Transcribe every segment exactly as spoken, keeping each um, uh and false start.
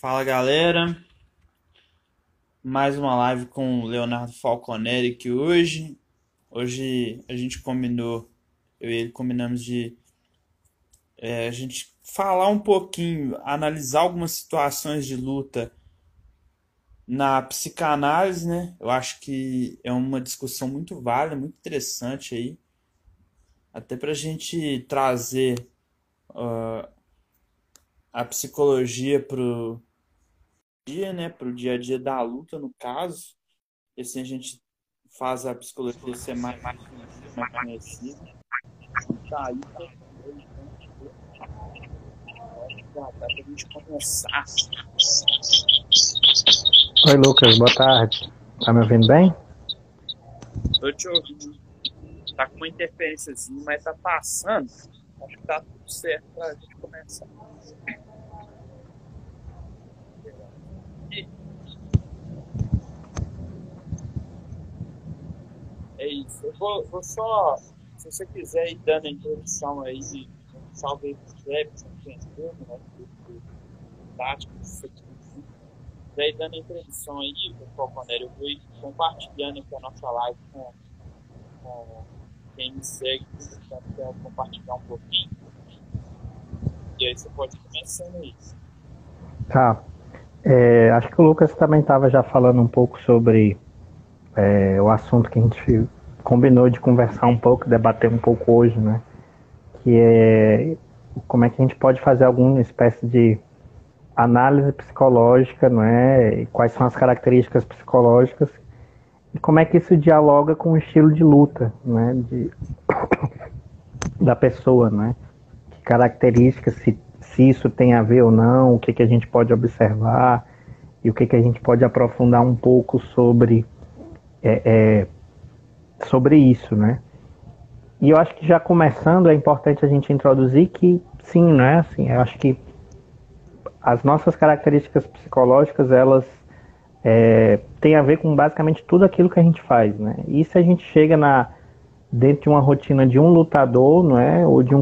Fala galera, mais uma live com o Leonardo Falconeri aqui hoje. Hoje a gente combinou, eu e ele combinamos de é, a gente falar um pouquinho, analisar algumas situações de luta na psicanálise, né? Eu acho que é uma discussão muito válida, muito interessante aí, até para a gente trazer uh, a psicologia pro dia, né, pro dia a dia da luta, no caso. E assim a gente faz a psicologia ser mais difundida, mais conhecida. Tá aí, todo mundo, já dá pra gente começar. Oi, Lucas, boa tarde. Tá me ouvindo bem? Tô te ouvindo. Tá com uma interferênciazinha, mas tá passando. Acho que tá tudo certo pra gente começar. E é isso. Eu vou, vou só, se você quiser ir dando a introdução aí, um salve aí pro Clebson, que entrou, né? Tático, se você quiser. Daí, dando a introdução aí, pessoal, Conélio, eu vou ir compartilhando aqui a nossa live com, com quem me segue, então quero compartilhar um pouquinho. E aí você pode ir começando aí. Tá. É, acho que o Lucas também estava já falando um pouco sobre é, o assunto que a gente combinou de conversar um pouco, debater um pouco hoje, né? Que é como é que a gente pode fazer alguma espécie de análise psicológica, não é? E quais são as características psicológicas e como é que isso dialoga com o estilo de luta, né? De, da pessoa, né? Que características, se, se isso tem a ver ou não, o que, que a gente pode observar e o que, que a gente pode aprofundar um pouco sobre, é, é, sobre isso, né? E eu acho que já começando é importante a gente introduzir que sim, né? Assim, eu acho que as nossas características psicológicas, elas é, têm a ver com basicamente tudo aquilo que a gente faz, né? E se a gente chega na, dentro de uma rotina de um lutador, não é? Ou de um.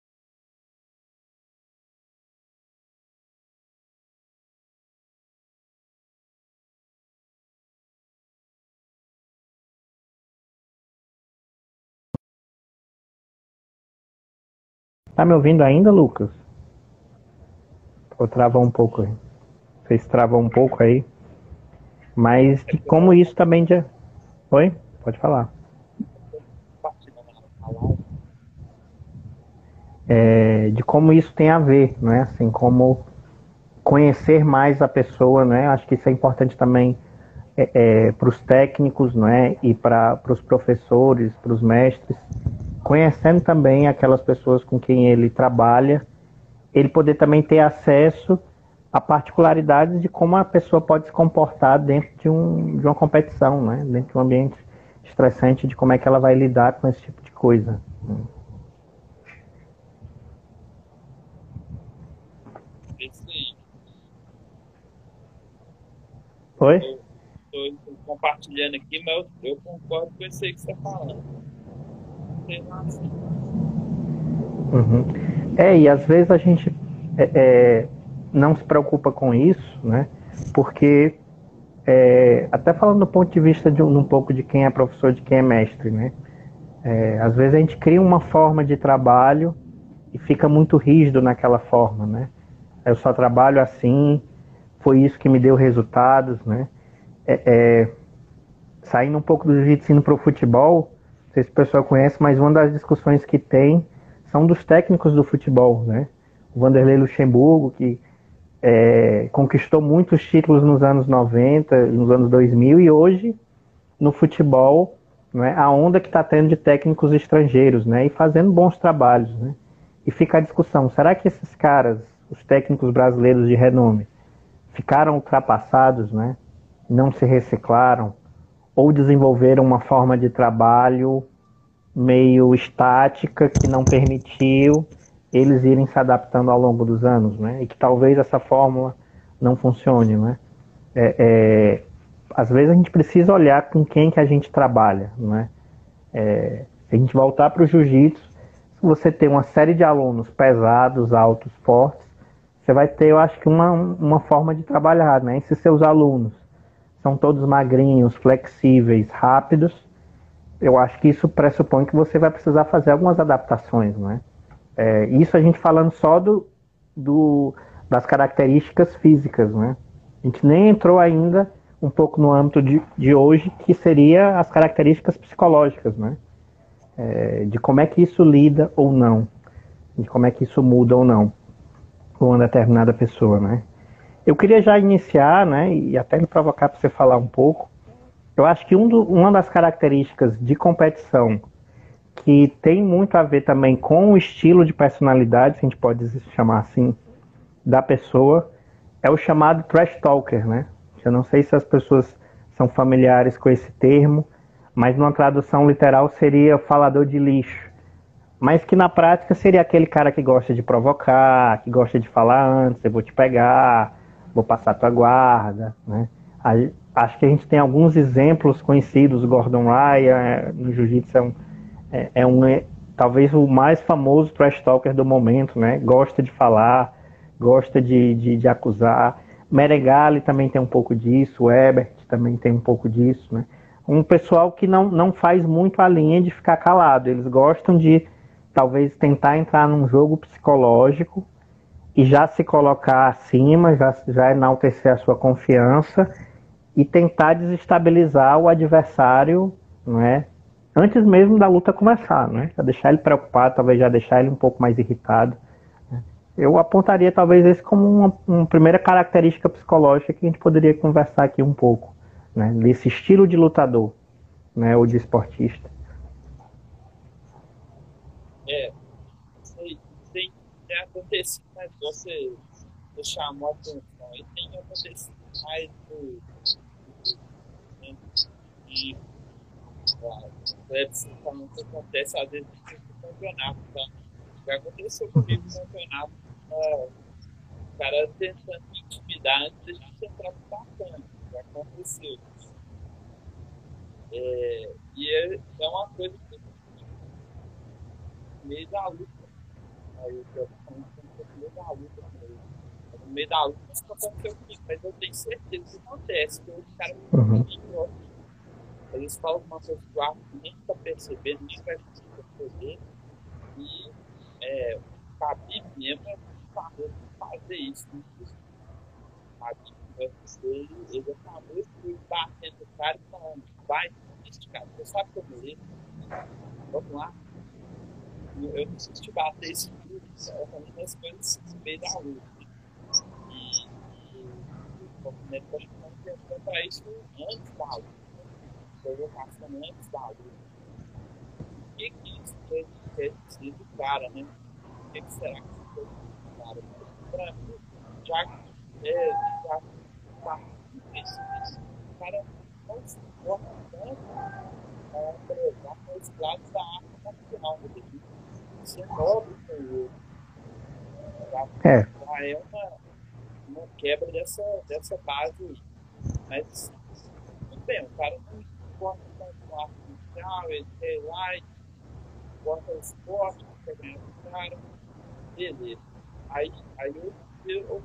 Tá me ouvindo ainda, Lucas? Ou travou um pouco aí? Vocês travam um pouco aí? Mas É de porque eu como tava isso também já. Oi? Pode falar. compartilhando a live. É, de como isso tem a ver, né? Assim, como conhecer mais a pessoa, né? Acho que isso é importante também é, é, para os técnicos, né? E para os professores, para os mestres, conhecendo também aquelas pessoas com quem ele trabalha, ele poder também ter acesso a particularidades de como a pessoa pode se comportar dentro de, um, de uma competição, né? Dentro de um ambiente estressante, de como é que ela vai lidar com esse tipo de coisa. Esse aí. Oi? Eu tô compartilhando aqui, mas eu, eu concordo com isso aí que você tá falando. Tem razão. Uhum. É, e às vezes a gente é, é, não se preocupa com isso, né? Porque, é, até falando do ponto de vista de um, um pouco de quem é professor, de quem é mestre, né? É, às vezes a gente cria uma forma de trabalho e fica muito rígido naquela forma, né? Eu só trabalho assim, foi isso que me deu resultados, né? É, é, saindo um pouco do jiu-jitsu indo para o futebol, não sei se o pessoal conhece, mas uma das discussões que tem são dos técnicos do futebol, né? O Vanderlei Luxemburgo, que é, conquistou muitos títulos nos anos noventa, nos anos dois mil, e hoje, no futebol, né, a onda que está tendo de técnicos estrangeiros, né? E fazendo bons trabalhos, né? E fica a discussão, será que esses caras, os técnicos brasileiros de renome, ficaram ultrapassados, né? Não se reciclaram, ou desenvolveram uma forma de trabalho meio estática que não permitiu eles irem se adaptando ao longo dos anos, né? E que talvez essa fórmula não funcione, né? É, é, às vezes a gente precisa olhar com quem que a gente trabalha, né? É, se a gente voltar para o jiu-jitsu, se você tem uma série de alunos pesados, altos, fortes, você vai ter, eu acho que uma, uma forma de trabalhar, né? E se seus alunos são todos magrinhos, flexíveis, rápidos, eu acho que isso pressupõe que você vai precisar fazer algumas adaptações, né? É, isso a gente falando só do, do, das características físicas, né? A gente nem entrou ainda um pouco no âmbito de, de hoje, que seria as características psicológicas, né? É, de como é que isso lida ou não, de como é que isso muda ou não com uma determinada pessoa, né? Eu queria já iniciar, né, e até me provocar para você falar um pouco. Eu acho que um do, uma das características de competição que tem muito a ver também com o estilo de personalidade, se a gente pode chamar assim, da pessoa, é o chamado trash talker, né? Eu não sei se as pessoas são familiares com esse termo, mas numa tradução literal seria falador de lixo. Mas que na prática seria aquele cara que gosta de provocar, que gosta de falar antes, eu vou te pegar, vou passar tua guarda, né? Acho que a gente tem alguns exemplos conhecidos, Gordon Ryan, no Jiu-Jitsu é um, é, é um é, talvez o mais famoso trash talker do momento, né? Gosta de falar, gosta de, de, de acusar. Meregali também tem um pouco disso, o Ebert também tem um pouco disso, né? Um pessoal que não, não faz muito a linha de ficar calado, eles gostam de talvez tentar entrar num jogo psicológico e já se colocar acima, já, já enaltecer a sua confiança e tentar desestabilizar o adversário, não é? Antes mesmo da luta começar, né? Já deixar ele preocupado, talvez já deixar ele um pouco mais irritado. Eu apontaria talvez esse como uma, uma primeira característica psicológica que a gente poderia conversar aqui um pouco, né? Desse estilo de lutador, né? Ou de esportista. É, tem, tem, tem acontecido, mas você, você chamou a atenção, e tem acontecido mais do, né, e claro, deve ser falando que acontece às vezes no campeonato, tá? Já aconteceu comigo no campeonato, uh, o cara tentando me intimidar antes de a gente entrar no tatame, já aconteceu. É, e é, é uma coisa que no meio da luta, aí eu tô falando que no meio da luta mesmo. No meio da luta isso aconteceu comigo, mas eu tenho certeza que acontece, que o cara Uhum. fica eles falam uma coisa que o árbitro nem está percebendo, nem vai perceber, e é, o Khabib mesmo é famoso por fazer isso. Né? O Khabib, ele, ele é famoso por bater no cara e falando, vai, este cara, você sabe que eu mereço, vamos lá. Eu não preciso te bater esse tudo, eu falando as coisas no meio da luta. E, e o componente está chamando atenção para isso antes da luta. Provocação antes da luta. O que que isso quer dizer do cara, né? O que, que será que isso quer dizer do cara? Para mim, já é, já tá isso, o cara não se importa tanto com pregar os lados da arte nacional, né? Ser nobre com o outro. Já, É. já é uma, uma quebra dessa, dessa base. Mas, tudo bem, o cara não importa tanto com a arte nacional, ele quer ir lá e importa o esporte, quer ganhar o cara, beleza. Aí, aí eu eu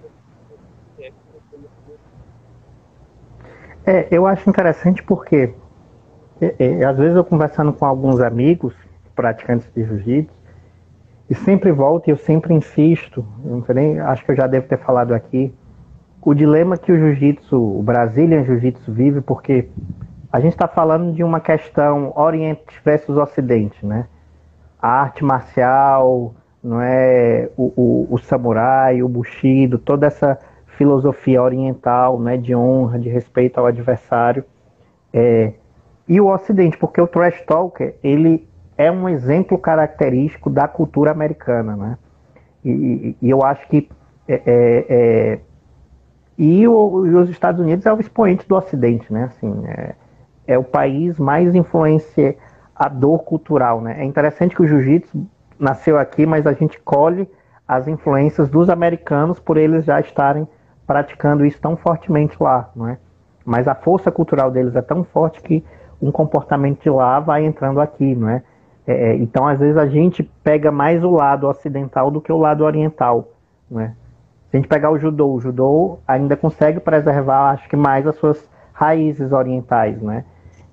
É, eu acho interessante porque é, é, às vezes eu conversando com alguns amigos praticantes de jiu-jitsu e sempre volto e eu sempre insisto, eu não sei nem, acho que eu já devo ter falado aqui, o dilema que o jiu-jitsu, o Brazilian Jiu-Jitsu vive, porque a gente está falando de uma questão Oriente versus Ocidente, né? A arte marcial, não é, o, o, o samurai, o bushido, toda essa filosofia oriental, né, de honra, de respeito ao adversário, é, e o Ocidente, porque o trash talker, ele é um exemplo característico da cultura americana, né? E, e eu acho que é, é, é, e, o, e os Estados Unidos é o expoente do Ocidente, né? Assim, é, é o país mais influenciador cultural, né? É interessante que o jiu-jitsu nasceu aqui, mas a gente colhe as influências dos americanos por eles já estarem praticando isso tão fortemente lá, não é? Mas a força cultural deles é tão forte que um comportamento de lá vai entrando aqui, não é? É, então, às vezes, a gente pega mais o lado ocidental do que o lado oriental, não é? Se a gente pegar o judô, o judô ainda consegue preservar, acho que mais as suas raízes orientais, né?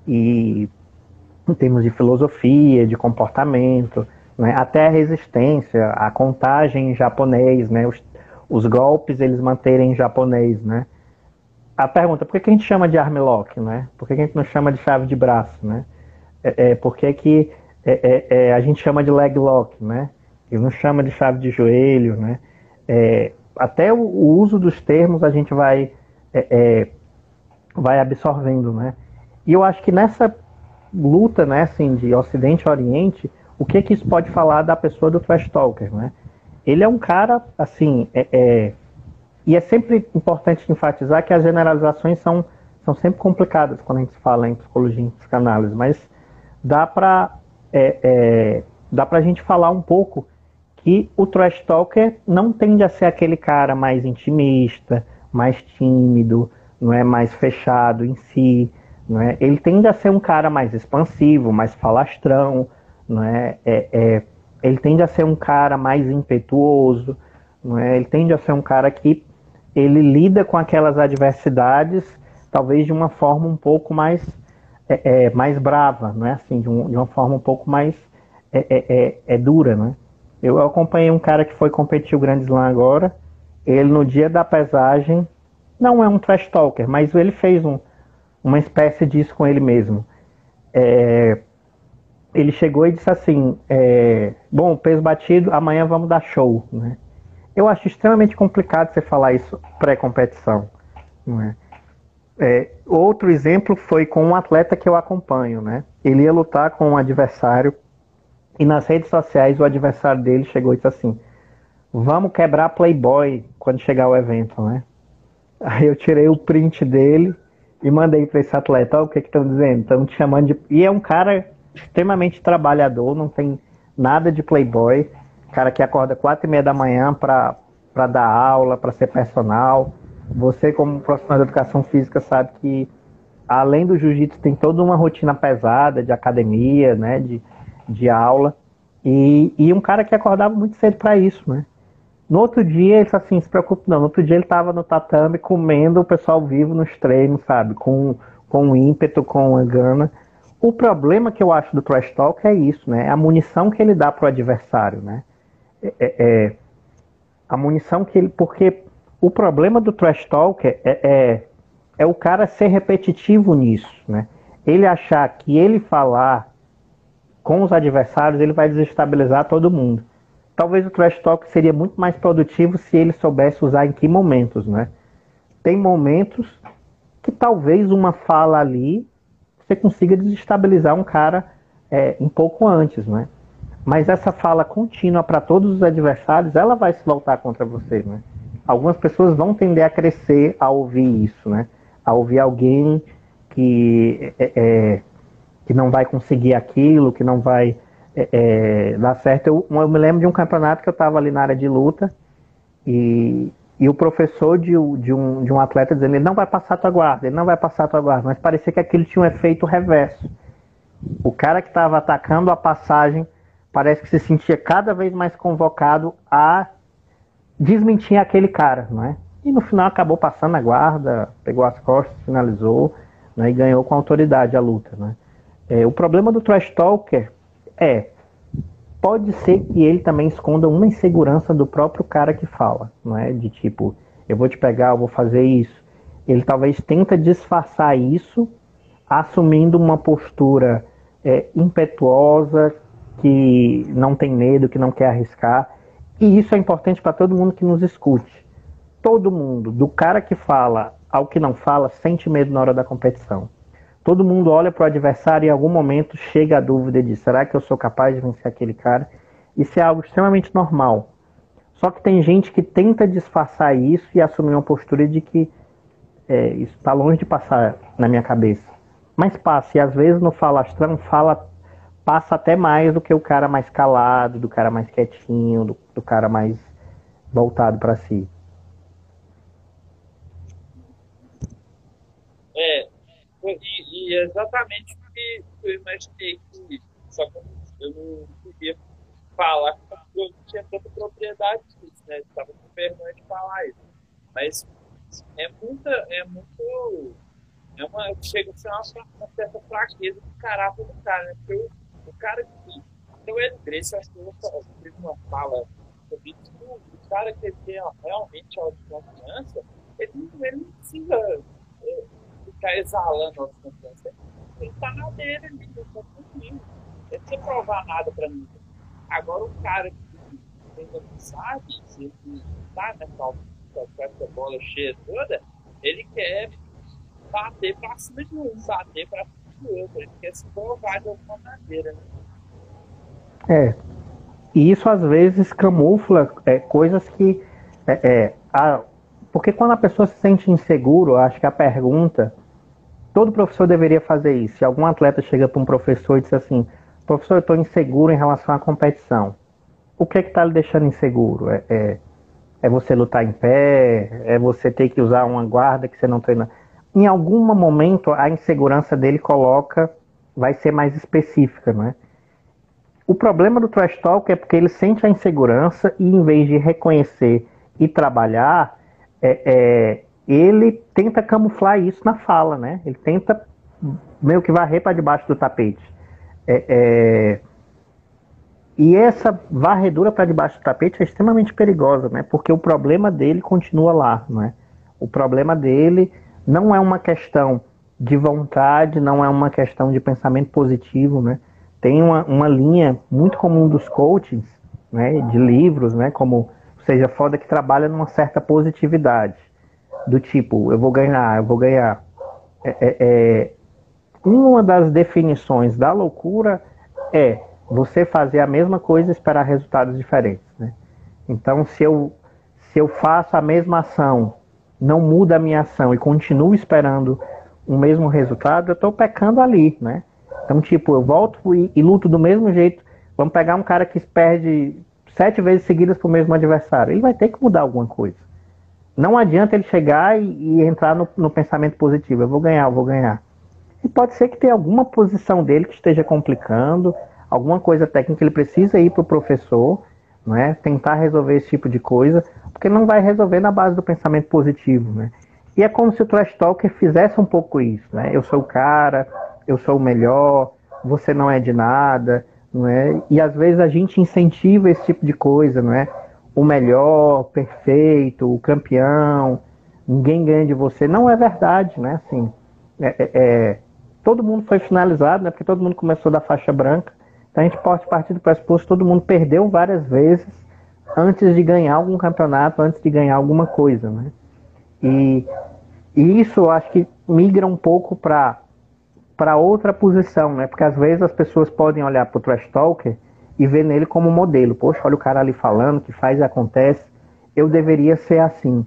E em termos de filosofia, de comportamento, né? Até a resistência, a contagem em japonês, né? Os, os golpes eles manterem em japonês, né? A pergunta, por que, que a gente chama de armlock, né? Por que, que a gente não chama de chave de braço, né? É, é, por que, que é, é, é, a gente chama de leg lock, né? E não chama de chave de joelho, né? É, até o, o uso dos termos a gente vai, é, é, vai absorvendo, né? E eu acho que nessa luta, né, assim, de Ocidente e Oriente, o que que isso pode falar da pessoa do trash talker, né? Ele é um cara, assim, é, é, e é sempre importante enfatizar que as generalizações são, são sempre complicadas quando a gente fala em psicologia e em psicanálise, mas dá para é, é, dá pra gente falar um pouco que o trash talker não tende a ser aquele cara mais intimista, mais tímido, não é mais fechado em si, não é? Ele tende a ser um cara mais expansivo, mais falastrão, não é? É, é, ele tende a ser um cara mais impetuoso, não é? Ele tende a ser um cara que ele lida com aquelas adversidades, talvez de uma forma um pouco mais é, é, mais brava, não é assim, de, um, de uma forma um pouco mais é, é, é, é dura, né? Eu acompanhei um cara que foi competir o Grand Slam agora. Ele no dia da pesagem não é um trash talker, mas ele fez um, uma espécie disso com ele mesmo. É, ele chegou e disse assim: é, bom, peso batido, amanhã vamos dar show, né? Eu acho extremamente complicado você falar isso pré-competição, não é? É, outro exemplo foi com um atleta que eu acompanho, né? Ele ia lutar com um adversário e nas redes sociais o adversário dele chegou e disse assim: vamos quebrar Playboy quando chegar o evento, né? Aí eu tirei o print dele e mandei para esse atleta: oh, o que que estão dizendo? Estão te chamando de... E é um cara extremamente trabalhador, não tem nada de Playboy, cara que acorda quatro e meia da manhã para para dar aula, para ser personal. Você, como profissional de educação física, sabe que além do jiu-jitsu tem toda uma rotina pesada de academia, né, de, de aula, e, e um cara que acordava muito cedo para isso, né? No outro dia, ele disse assim, se preocupe não, no outro dia ele estava no tatame comendo o pessoal vivo nos treinos, sabe, com, com ímpeto, com a gana. O problema que eu acho do trash talk é isso, né, é a munição que ele dá pro adversário, né, é, é, a munição que ele, porque o problema do trash talk é, é, é o cara ser repetitivo nisso, né, ele achar que ele falar com os adversários, ele vai desestabilizar todo mundo. Talvez o trash talk seria muito mais produtivo se ele soubesse usar em que momentos, né? Tem momentos que talvez uma fala ali você consiga desestabilizar um cara é, um pouco antes, né? Mas essa fala contínua para todos os adversários, ela vai se voltar contra você, né? Algumas pessoas vão tender a crescer a ouvir isso, né? A ouvir alguém que é, é, que não vai conseguir aquilo, que não vai é, é, dar certo. Eu, eu me lembro de um campeonato que eu estava ali na área de luta e, e o professor de, de, um, de um atleta dizendo: ele não vai passar a tua guarda, ele não vai passar a tua guarda, mas parecia que aquilo tinha um efeito reverso. O cara que estava atacando a passagem parece que se sentia cada vez mais convocado a desmentir aquele cara, não é? E no final acabou passando a guarda, pegou as costas, finalizou, né, e ganhou com autoridade a luta, né? É, o problema do trash talker é, pode ser que ele também esconda uma insegurança do próprio cara que fala, não é? De tipo, eu vou te pegar, eu vou fazer isso. Ele talvez tenta disfarçar isso, assumindo uma postura é, impetuosa, que não tem medo, que não quer arriscar. E isso é importante para todo mundo que nos escute. Todo mundo, do cara que fala ao que não fala, sente medo na hora da competição. Todo mundo olha para o adversário e em algum momento chega a dúvida de: será que eu sou capaz de vencer aquele cara? Isso é algo extremamente normal. Só que tem gente que tenta disfarçar isso e assumir uma postura de que é, isso está longe de passar na minha cabeça. Mas passa, e às vezes no falastrão fala, passa até mais do que o cara mais calado, do cara mais quietinho, do, do cara mais voltado para si. É, e, e é exatamente o que eu imaginei que, só que eu não queria falar porque eu não tinha tanta propriedade disso, né? Estava com vergonha de falar isso. Mas é muita, é muito, é uma, chega a ser uma, uma certa fraqueza do caráter do cara, né? Porque o, o cara que, então ele, Grace, acho que eu fiz uma fala sobre isso, o cara que tem realmente autoconfiança, ele, ele não precisa é, ficar exalando autoconfiança, ele tá na dele ali, ele tá tranquilo, ele não precisa provar nada pra mim. Agora o cara que ainda não sabe, se ele tá nessa altura, com essa bola cheia toda, ele quer bater pra cima de um, bater pra cima do outro, ele quer se provar de alguma maneira, né? É, e isso às vezes camufla é, coisas que. É, é, a, porque quando a pessoa se sente inseguro, acho que a pergunta. Todo professor deveria fazer isso. Se algum atleta chega para um professor e diz assim: professor, eu estou inseguro em relação à competição. O que é que está lhe deixando inseguro? É, é, é você lutar em pé? É você ter que usar uma guarda que você não treina? Em algum momento, a insegurança dele coloca, vai ser mais específica, não é? O problema do trash talk é porque ele sente a insegurança e, em vez de reconhecer e trabalhar, é, é, ele tenta camuflar isso na fala, né? Ele tenta meio que varrer para debaixo do tapete. É, é, e essa varredura para debaixo do tapete é extremamente perigosa, né? Porque o problema dele continua lá, né? O problema dele não é uma questão de vontade, não é uma questão de pensamento positivo, né? Tem uma, uma linha muito comum dos coachings, né? De livros, né? Como Seja Foda, que trabalha numa certa positividade, do tipo, eu vou ganhar, eu vou ganhar. É, é, é, uma das definições da loucura é você fazer a mesma coisa e esperar resultados diferentes, né? Então, se eu, se eu faço a mesma ação, não muda a minha ação e continuo esperando o mesmo resultado, eu estou pecando ali, né? Então, tipo, eu volto e, e luto do mesmo jeito. Vamos pegar um cara que perde sete vezes seguidas para o mesmo adversário. Ele vai ter que mudar alguma coisa. Não adianta ele chegar e, e entrar no, no pensamento positivo. Eu vou ganhar, eu vou ganhar. E pode ser que tenha alguma posição dele que esteja complicando, alguma coisa técnica que ele precisa ir para o professor, não é? Tentar resolver esse tipo de coisa, porque não vai resolver na base do pensamento positivo, né? E é como se o trash talker fizesse um pouco isso, né? Eu sou o cara, eu sou o melhor, você não é de nada, não é? E às vezes a gente incentiva esse tipo de coisa, não é? O melhor, perfeito, o campeão, ninguém ganha de você. Não é verdade, né? Assim, é, é, é todo mundo foi finalizado, né? Porque todo mundo começou da faixa branca. Então a gente pode partir do pressuposto que todo mundo perdeu várias vezes antes de ganhar algum campeonato, antes de ganhar alguma coisa, né? E, e isso eu acho que migra um pouco para para outra posição, né? Porque às vezes as pessoas podem olhar para o trash talker e ver nele como modelo. Poxa, olha o cara ali falando, que faz e acontece. Eu deveria ser assim.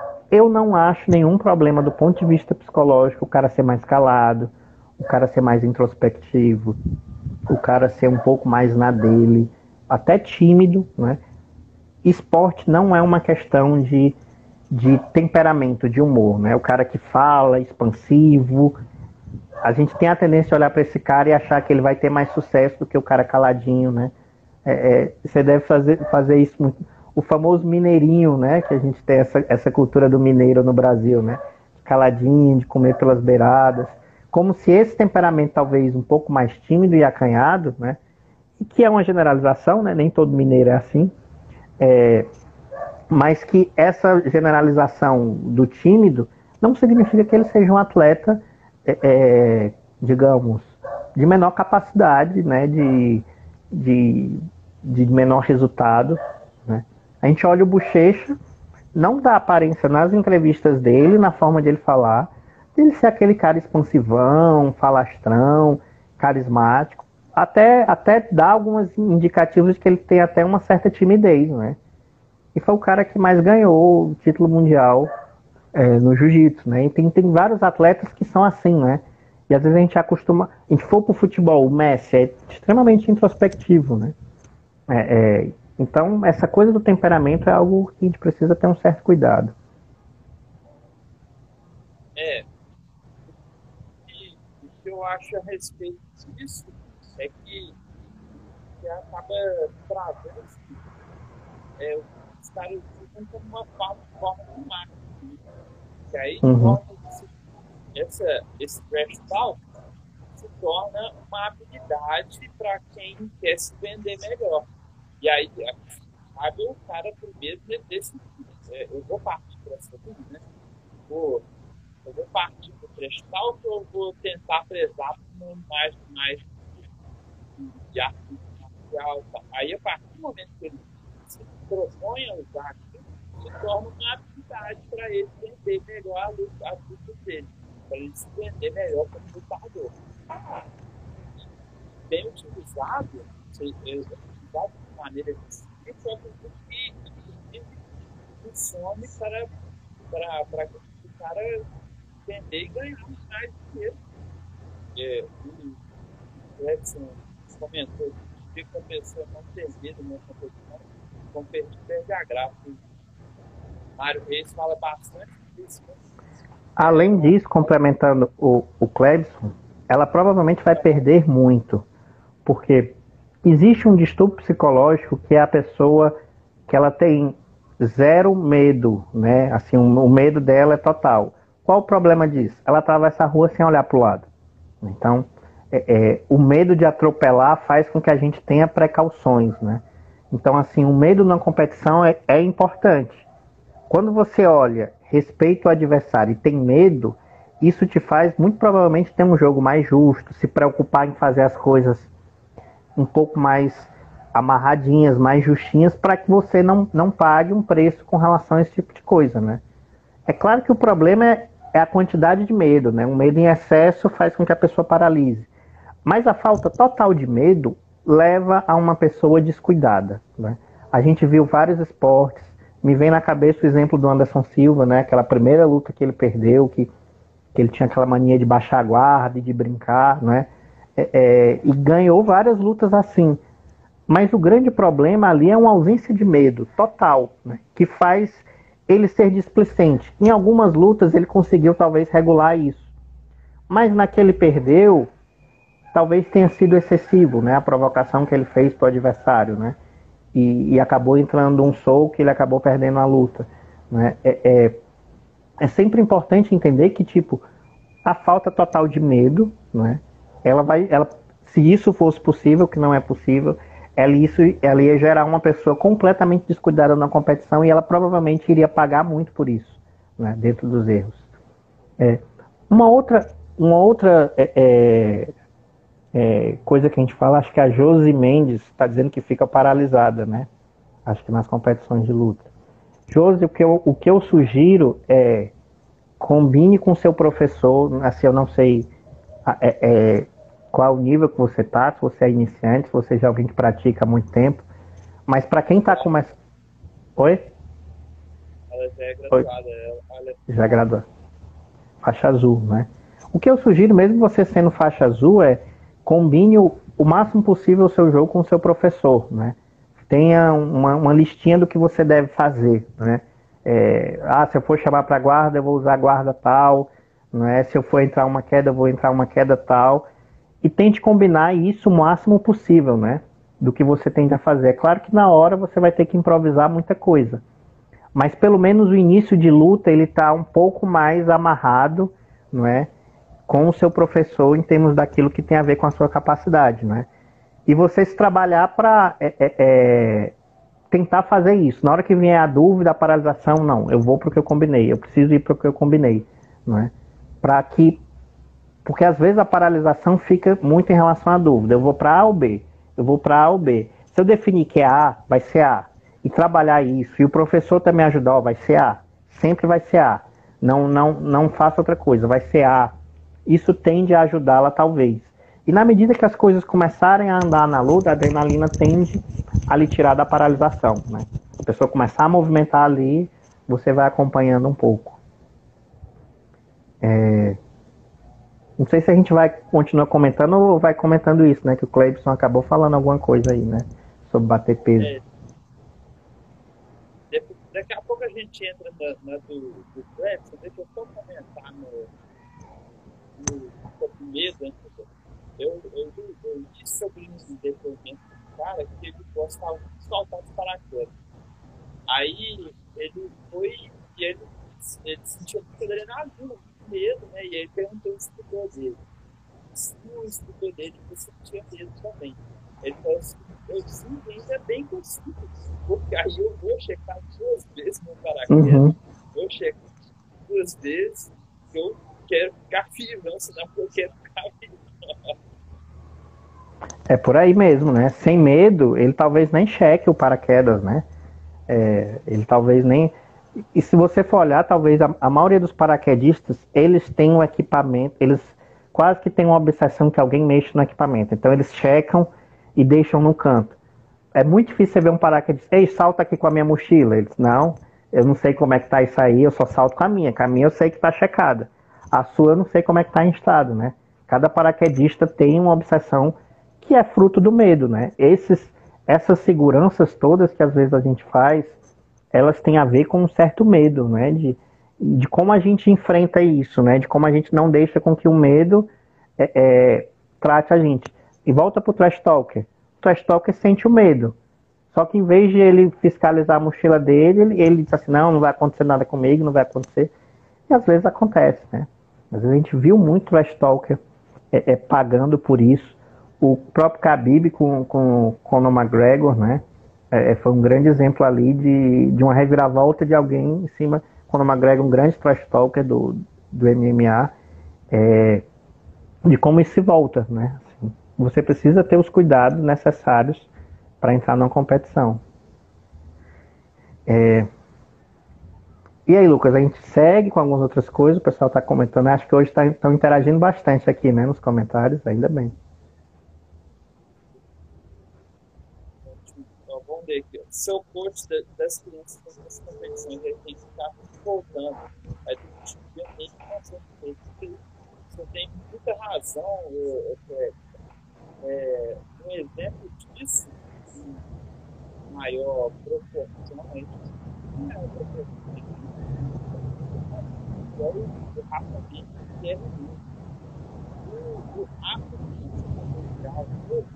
Eu não acho nenhum problema do ponto de vista psicológico o cara ser mais calado, o cara ser mais introspectivo, o cara ser um pouco mais na dele, até tímido, né? Esporte não é uma questão de, de temperamento, de humor, né? O cara que fala, expansivo, a gente tem a tendência de olhar para esse cara e achar que ele vai ter mais sucesso do que o cara caladinho, né? É, é, você deve fazer, fazer isso muito. O famoso mineirinho, né? Que a gente tem essa, essa cultura do mineiro no Brasil, né? Caladinho, de comer pelas beiradas. Como se esse temperamento talvez um pouco mais tímido e acanhado, né? E que é uma generalização, né? Nem todo mineiro é assim. É, mas que essa generalização do tímido não significa que ele seja um atleta, é, é, digamos, de menor capacidade, né? De, de, de menor resultado, né? A gente olha o Bochecha, não dá aparência nas entrevistas dele, na forma de ele falar, ele ser aquele cara expansivão, falastrão, carismático, até, até dá alguns indicativos de que ele tem até uma certa timidez, né? E foi o cara que mais ganhou o título mundial é, no jiu-jitsu, né? E tem, tem vários atletas que são assim, né? E às vezes a gente acostuma, a gente for pro futebol, o Messi é extremamente introspectivo, né? É, é, então, essa coisa do temperamento é algo que a gente precisa ter um certo cuidado. É, e o que eu acho a respeito disso é que, que acaba trazendo assim, é, os caras usam como uma forma, forma de marketing. Que aí Uhum. torna esse, essa, esse trash talk se torna uma habilidade para quem quer se vender melhor. E aí, cabe o cara primeiro decidir. É, eu vou partir para essa linha, né? Vou, eu vou partir para o trash talk ou eu vou tentar prezar por uma imagem mais de arte marcial. Tá? Aí, a partir do momento que ele se propõe a usar aquilo, se torna uma habilidade para ele vender melhor a luta, a luta dele, para ele se vender melhor como lutador. Bem utilizado, se, é, utilizado de maneira eficiente, eu acredito que, que funcione para, para, para o cara vender e ganhar mais dinheiro. É, o Edson comentou que a pessoa não ter medo na competição, competir perde a graça. O Mário Reis fala bastante disso. Né? Além disso, complementando o, o Clebson, ela provavelmente vai perder muito, porque existe um distúrbio psicológico que é a pessoa que ela tem zero medo, né? Assim, o, o medo dela é total. Qual o problema disso? Ela atravessa a rua sem olhar para o lado. Então, é, é, o medo de atropelar faz com que a gente tenha precauções, né? Então, assim, o medo na competição é, é importante. Quando você olha, respeita o adversário e tem medo, isso te faz, muito provavelmente, ter um jogo mais justo, se preocupar em fazer as coisas um pouco mais amarradinhas, mais justinhas, para que você não, não pague um preço com relação a esse tipo de coisa, né? É claro que o problema é, é a quantidade de medo, né? Um medo em excesso faz com que a pessoa paralise. Mas a falta total de medo leva a uma pessoa descuidada, né? A gente viu vários esportes, me vem na cabeça o exemplo do Anderson Silva, né? Aquela primeira luta que ele perdeu, que, que ele tinha aquela mania de baixar a guarda e de brincar, né? É, é, e ganhou várias lutas assim. Mas o grande problema ali é uma ausência de medo total, né? Que faz ele ser displicente. Em algumas lutas ele conseguiu talvez regular isso. Mas na que ele perdeu, talvez tenha sido excessivo, né? A provocação que ele fez para o adversário, né? E, e acabou entrando um soco que ele acabou perdendo a luta, né? É, é, é sempre importante entender que, tipo, a falta total de medo, né? Ela vai, ela, se isso fosse possível, que não é possível, ela, isso, ela ia gerar uma pessoa completamente descuidada na competição e ela provavelmente iria pagar muito por isso, né? Dentro dos erros. É, uma outra, uma outra é, é, é, coisa que a gente fala, acho que a Josi Mendes está dizendo que fica paralisada, né? Acho que nas competições de luta. Josi, o que eu, o que eu sugiro é combine com seu professor, assim, eu não sei é, é, qual o nível que você está, se você é iniciante, se você já é alguém que pratica há muito tempo, mas para quem está começando... Oi? Ela já é Oi? graduada. Ela, ela é... Já é graduada. Faixa azul, né? O que eu sugiro, mesmo você sendo faixa azul, é combine o, o máximo possível o seu jogo com o seu professor, né? Tenha uma, uma listinha do que você deve fazer, né? É, ah, se eu for chamar para guarda, eu vou usar guarda tal, né? Se eu for entrar uma queda, eu vou entrar uma queda tal. E tente combinar isso o máximo possível, né? Do que você tende a fazer. É claro que na hora você vai ter que improvisar muita coisa, mas pelo menos o início de luta ele está um pouco mais amarrado, não é, com o seu professor em termos daquilo que tem a ver com a sua capacidade, né? E você se trabalhar para é, é, é, tentar fazer isso. Na hora que vier a dúvida, a paralisação, não, eu vou para o que eu combinei, eu preciso ir para o que eu combinei, não é? Para que, porque às vezes a paralisação fica muito em relação à dúvida. Eu vou para A ou B, eu vou para A ou B. Se eu definir que é A, vai ser A. E trabalhar isso, e o professor também ajudar, ó, vai ser A, sempre vai ser A, não, não, não faça outra coisa, vai ser A. Isso tende a ajudá-la talvez. E na medida que as coisas começarem a andar na luta, a adrenalina tende a lhe tirar da paralisação, né? A pessoa começar a movimentar ali, você vai acompanhando um pouco. É... Não sei se a gente vai continuar comentando ou vai comentando isso, né? Que o Cleibson acabou falando alguma coisa aí, né? Sobre bater peso. É. Daqui a pouco a gente entra na, na do, do Clebson, deixa eu só comentar no, no, no medo. Eu, eu, eu, eu li sobre um depoimento do cara que ele gostava de soltar os paraquedas. Aí ele foi e ele, ele sentiu muita adrenalina, muito medo, né? E aí perguntou ao instrutor dele. O instrutor dele sentia medo também. Ele falou assim, eu sim, ainda bem que eu sinto, porque aí eu vou checar duas vezes meu paraquedas, Uhum. eu checo duas vezes, que eu quero ficar vivo, não, senão eu quero ficar vivo. É por aí mesmo, né? Sem medo, ele talvez nem cheque o paraquedas, né? É, ele talvez nem... E se você for olhar, talvez a, a maioria dos paraquedistas, eles têm um equipamento, eles quase que têm uma obsessão que alguém mexa no equipamento. Então eles checam e deixam no canto. É muito difícil você ver um paraquedista, ei, salta aqui com a minha mochila. Eles, não, eu não sei como é que tá isso aí, eu só salto com a minha. Com a minha eu sei que tá checada. A sua eu não sei como é que tá em estado, né? Cada paraquedista tem uma obsessão que é fruto do medo, né? Esses, essas seguranças todas que às vezes a gente faz, elas têm a ver com um certo medo, né? De, de como a gente enfrenta isso, né? De como a gente não deixa com que o medo é, é, trate a gente. E volta pro trash talker. O trash talker sente o medo. Só que em vez de ele fiscalizar a mochila dele, ele, ele diz assim, não, não vai acontecer nada comigo, não vai acontecer. E às vezes acontece, né? Às vezes a gente viu muito trash talker é, é, pagando por isso. O próprio Khabib com, com Conor McGregor, né? É, foi um grande exemplo ali de, de uma reviravolta de alguém em cima. Conor McGregor, um grande trash talker do, do M M A, é, de como isso se volta, né? Assim, você precisa ter os cuidados necessários para entrar numa competição. É, e aí, Lucas, a gente segue com algumas outras coisas, o pessoal está comentando, acho que hoje estão tá, interagindo bastante aqui, né, nos comentários, ainda bem. Então, vamos ver aqui. Seu coach das crianças nessas competições, ele tem que ficar voltando. Aí tem que discutir a mesma informação que ele. Você tem muita razão, é, é, um exemplo disso, maior proporção, é maior proporção. O Rafa Bic, que é o Rafa Bic,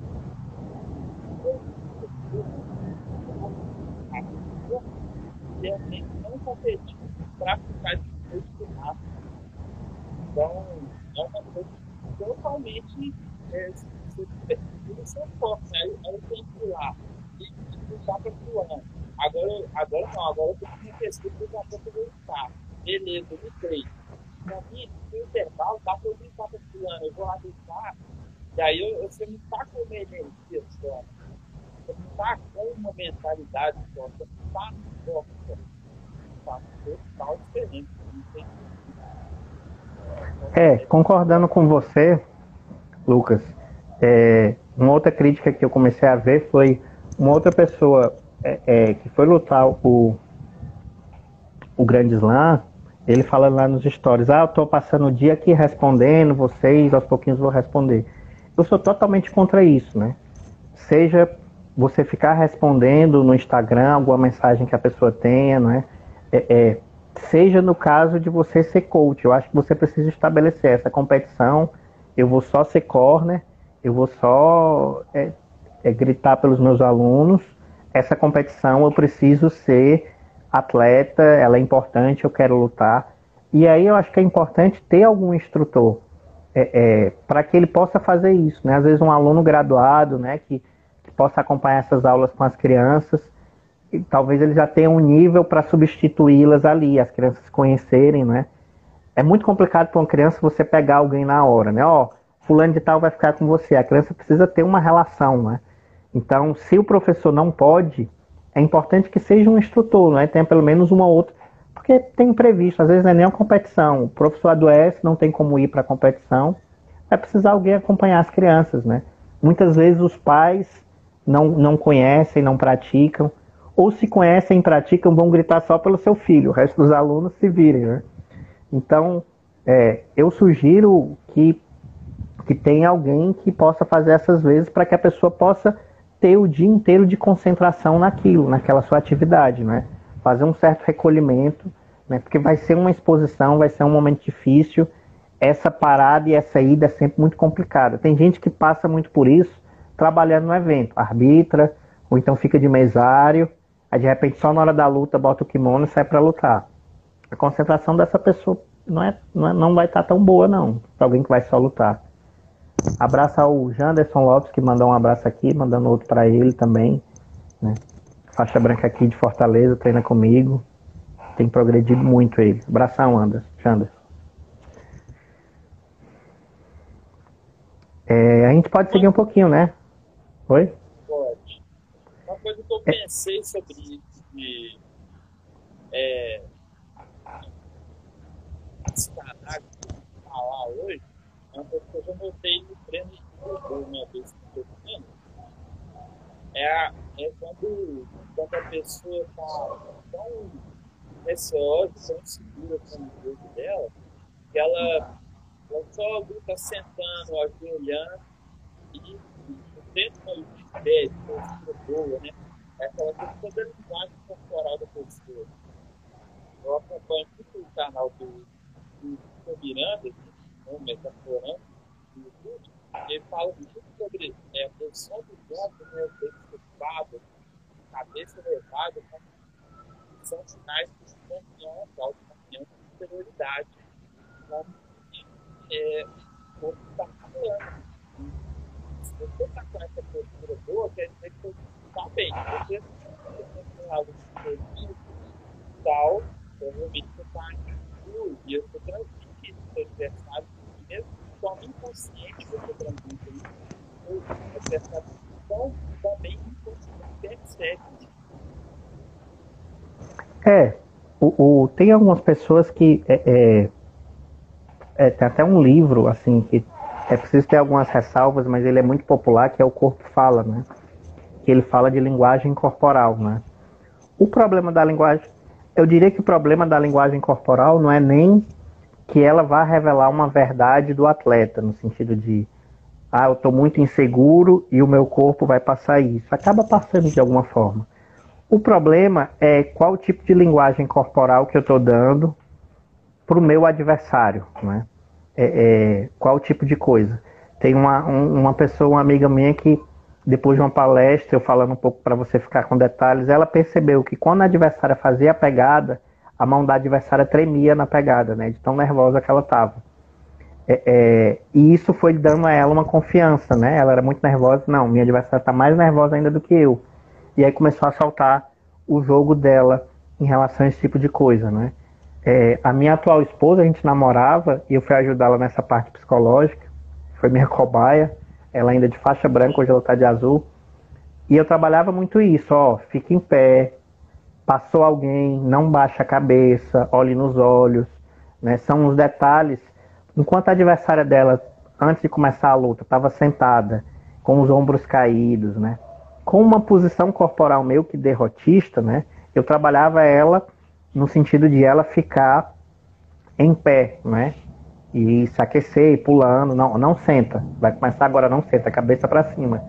realmente não competir para ficar de frente do Rafa. Então, é uma coisa totalmente é, do seu foco, né? Aí eu tenho que ir lá e lutar para fulano. Agora, agora não, agora eu tenho que me aquecer para lutar para lutar. Beleza, eu lutei. Para mim, no intervalo, dá para eu lutar para fulano. Eu vou lá lutar, e aí eu, você não está com uma energia só. Você não está com uma mentalidade só. Você não está no foco só. Está total diferente. Não tem É, concordando com você, Lucas, é, uma outra crítica que eu comecei a ver foi uma outra pessoa é, é, que foi lutar o, o Grande Slam, ele falando lá nos stories, ah, eu tô passando o dia aqui respondendo vocês, aos pouquinhos vou responder. Eu sou totalmente contra isso, né? Seja você ficar respondendo no Instagram alguma mensagem que a pessoa tenha, né? É, é, seja no caso de você ser coach, eu acho que você precisa estabelecer essa competição, eu vou só ser corner, eu vou só é, é, gritar pelos meus alunos, essa competição eu preciso ser atleta, ela é importante, eu quero lutar. E aí eu acho que é importante ter algum instrutor é, é, para que ele possa fazer isso, né? Às vezes um aluno graduado, né, que, que possa acompanhar essas aulas com as crianças, e talvez ele já tenha um nível para substituí-las ali, as crianças conhecerem, né? É muito complicado para uma criança você pegar alguém na hora, né? Ó, fulano de tal vai ficar com você. A criança precisa ter uma relação, né? Então, se o professor não pode, é importante que seja um instrutor, né? Tenha pelo menos uma outra, porque tem imprevisto, às vezes não é nem uma competição. O professor adoece, não tem como ir para a competição, vai precisar alguém acompanhar as crianças, né? Muitas vezes os pais não, não conhecem, não praticam, ou se conhecem e praticam, vão gritar só pelo seu filho, o resto dos alunos se virem, né? Então, é, eu sugiro que, que tenha alguém que possa fazer essas vezes para que a pessoa possa ter o dia inteiro de concentração naquilo, naquela sua atividade, né? Fazer um certo recolhimento, né? Porque vai ser uma exposição, vai ser um momento difícil, essa parada e essa ida é sempre muito complicada. Tem gente que passa muito por isso trabalhando no evento, arbitra, ou então fica de mesário, Aí de repente só na hora da luta bota o kimono e sai pra lutar. A concentração dessa pessoa não, é, não, é, não vai estar tão boa não, pra alguém que vai só lutar. Abraço ao Janderson Lopes, que mandou um abraço aqui, mandando outro pra ele também, né? Faixa branca aqui de Fortaleza, treina comigo. Tem progredido muito ele. Abração, Anderson. Janderson. É, a gente pode seguir um pouquinho, né? Oi? Pode. Uma coisa que eu pensei sobre isso de é, descarnar que falar hoje, é uma coisa que eu já notei no treino de futebol uma vez que eu tô vendo. É, a, é quando, quando a pessoa está tão receosa, tão insegura com o jogo dela, que ela, ela só luta sentando, ajoelhando e tendo uma luta de pé, de postura boa, né? É aquela coisa toda a linguagem corporal da pessoa. Eu acompanho muito o canal do, do, do Miranda, né, metaforando, do YouTube, e ele fala muito sobre é, a posição do ombro, né, o peito curvado, a cabeça elevada, né, são sinais de confiança, autoconfiança e superioridade. Então, é, o corpo está falando. Se você está com essa postura boa, quer dizer que você está bem. Se você tem algo de tal, provavelmente você está inseguro e você transmite isso para o seu adversário, mesmo de forma inconsciente você transmite isso, o adversário então, também inconsciente percebe. É, o, o, tem algumas pessoas que é, é, é, tem até um livro assim que é preciso ter algumas ressalvas, mas ele é muito popular, que é O Corpo Fala, né? Que ele fala de linguagem corporal, né? O problema da linguagem, eu diria que o problema da linguagem corporal não é nem que ela vá revelar uma verdade do atleta, no sentido de, ah, eu estou muito inseguro e o meu corpo vai passar isso. Acaba passando de alguma forma. O problema é qual tipo de linguagem corporal que eu estou dando para o meu adversário, né? É, é, qual tipo de coisa. Tem uma, um, uma pessoa, uma amiga minha que, depois de uma palestra, eu falando um pouco para você ficar com detalhes, ela percebeu que quando a adversária fazia a pegada, a mão da adversária tremia na pegada, né? De tão nervosa que ela estava. É, é, e isso foi dando a ela uma confiança, né? Ela era muito nervosa. Não, minha adversária está mais nervosa ainda do que eu. E aí começou a soltar o jogo dela em relação a esse tipo de coisa, né? É, a minha atual esposa, a gente namorava e eu fui ajudá-la nessa parte psicológica. Foi minha cobaia. Ela ainda de faixa branca, hoje ela está de azul. E eu trabalhava muito isso, ó, fica em pé, passou alguém, não baixa a cabeça, olhe nos olhos, né? São os detalhes. Enquanto a adversária dela, antes de começar a luta, estava sentada, com os ombros caídos, né? Com uma posição corporal meio que derrotista, né? Eu trabalhava ela no sentido de ela ficar em pé, né? E se aquecer, e pulando, não, não senta. Vai começar agora, não senta, cabeça para cima.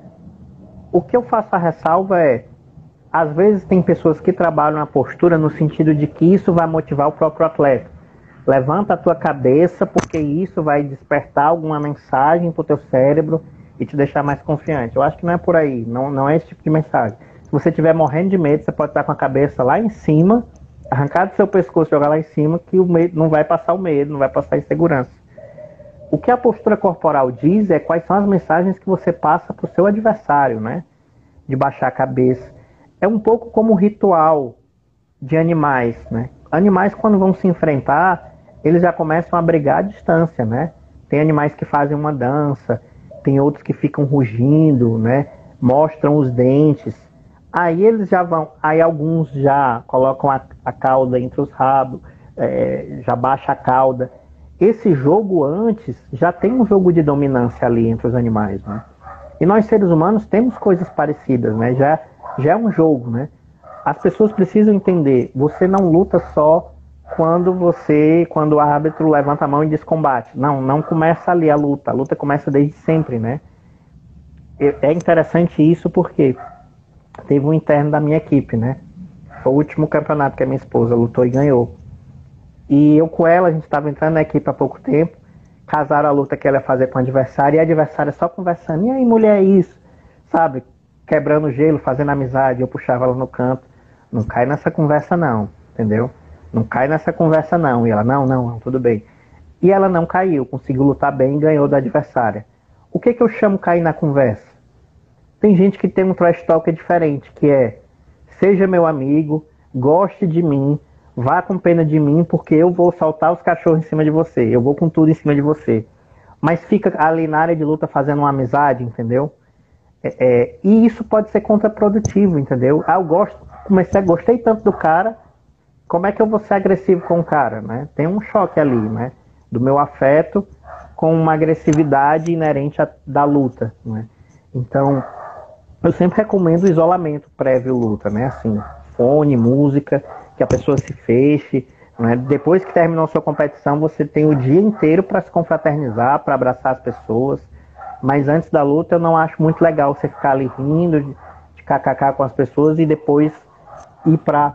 O que eu faço a ressalva é, às vezes tem pessoas que trabalham a postura no sentido de que isso vai motivar o próprio atleta. Levanta a tua cabeça, porque isso vai despertar alguma mensagem para o teu cérebro e te deixar mais confiante. Eu acho que não é por aí, não, não é esse tipo de mensagem. Se você estiver morrendo de medo, você pode estar com a cabeça lá em cima, arrancar do seu pescoço e jogar lá em cima, que o medo não vai passar o medo, não vai passar a insegurança. O que a postura corporal diz é quais são as mensagens que você passa para o seu adversário, né? De baixar a cabeça. É um pouco como um ritual de animais, né? Animais, quando vão se enfrentar, eles já começam a brigar à distância, né? Tem animais que fazem uma dança, tem outros que ficam rugindo, né? Mostram os dentes. Aí eles já vão, aí alguns já colocam a, a cauda entre os rabos, é, já baixa a cauda. Esse jogo antes já tem um jogo de dominância ali entre os animais, né? E nós seres humanos temos coisas parecidas, né? Já, já é um jogo, né? As pessoas precisam entender, você não luta só quando você, quando o árbitro levanta a mão e diz combate. Não, não começa ali a luta, a luta começa desde sempre, né? É interessante isso porque teve um interno da minha equipe, né? Foi o último campeonato que a minha esposa lutou e ganhou. E eu com ela, a gente estava entrando na equipe há pouco tempo, casaram a luta que ela ia fazer com o adversário, e a adversária só conversando, e aí mulher, é isso, sabe? Quebrando o gelo, fazendo amizade, eu puxava ela no canto. Não cai nessa conversa não, entendeu? Não cai nessa conversa não. E ela, não, não, não, tudo bem. E ela não caiu, conseguiu lutar bem e ganhou da adversária. O que que eu chamo cair na conversa? Tem gente que tem um trash talk diferente, que é, seja meu amigo, goste de mim, vá com pena de mim, porque eu vou soltar os cachorros em cima de você, eu vou com tudo em cima de você. Mas fica ali na área de luta fazendo uma amizade, entendeu? É, é, e isso pode ser contraprodutivo, entendeu? Ah, eu gosto, comecei, gostei tanto do cara, como é que eu vou ser agressivo com o cara, né? Tem um choque ali, né? Do meu afeto com uma agressividade inerente a, da luta, né? Então, eu sempre recomendo o isolamento prévio luta, né? Assim, fone, música, que a pessoa se feche, né? Depois que terminou a sua competição, você tem o dia inteiro para se confraternizar, para abraçar as pessoas. Mas antes da luta, eu não acho muito legal você ficar ali rindo, de, de kkk com as pessoas e depois ir para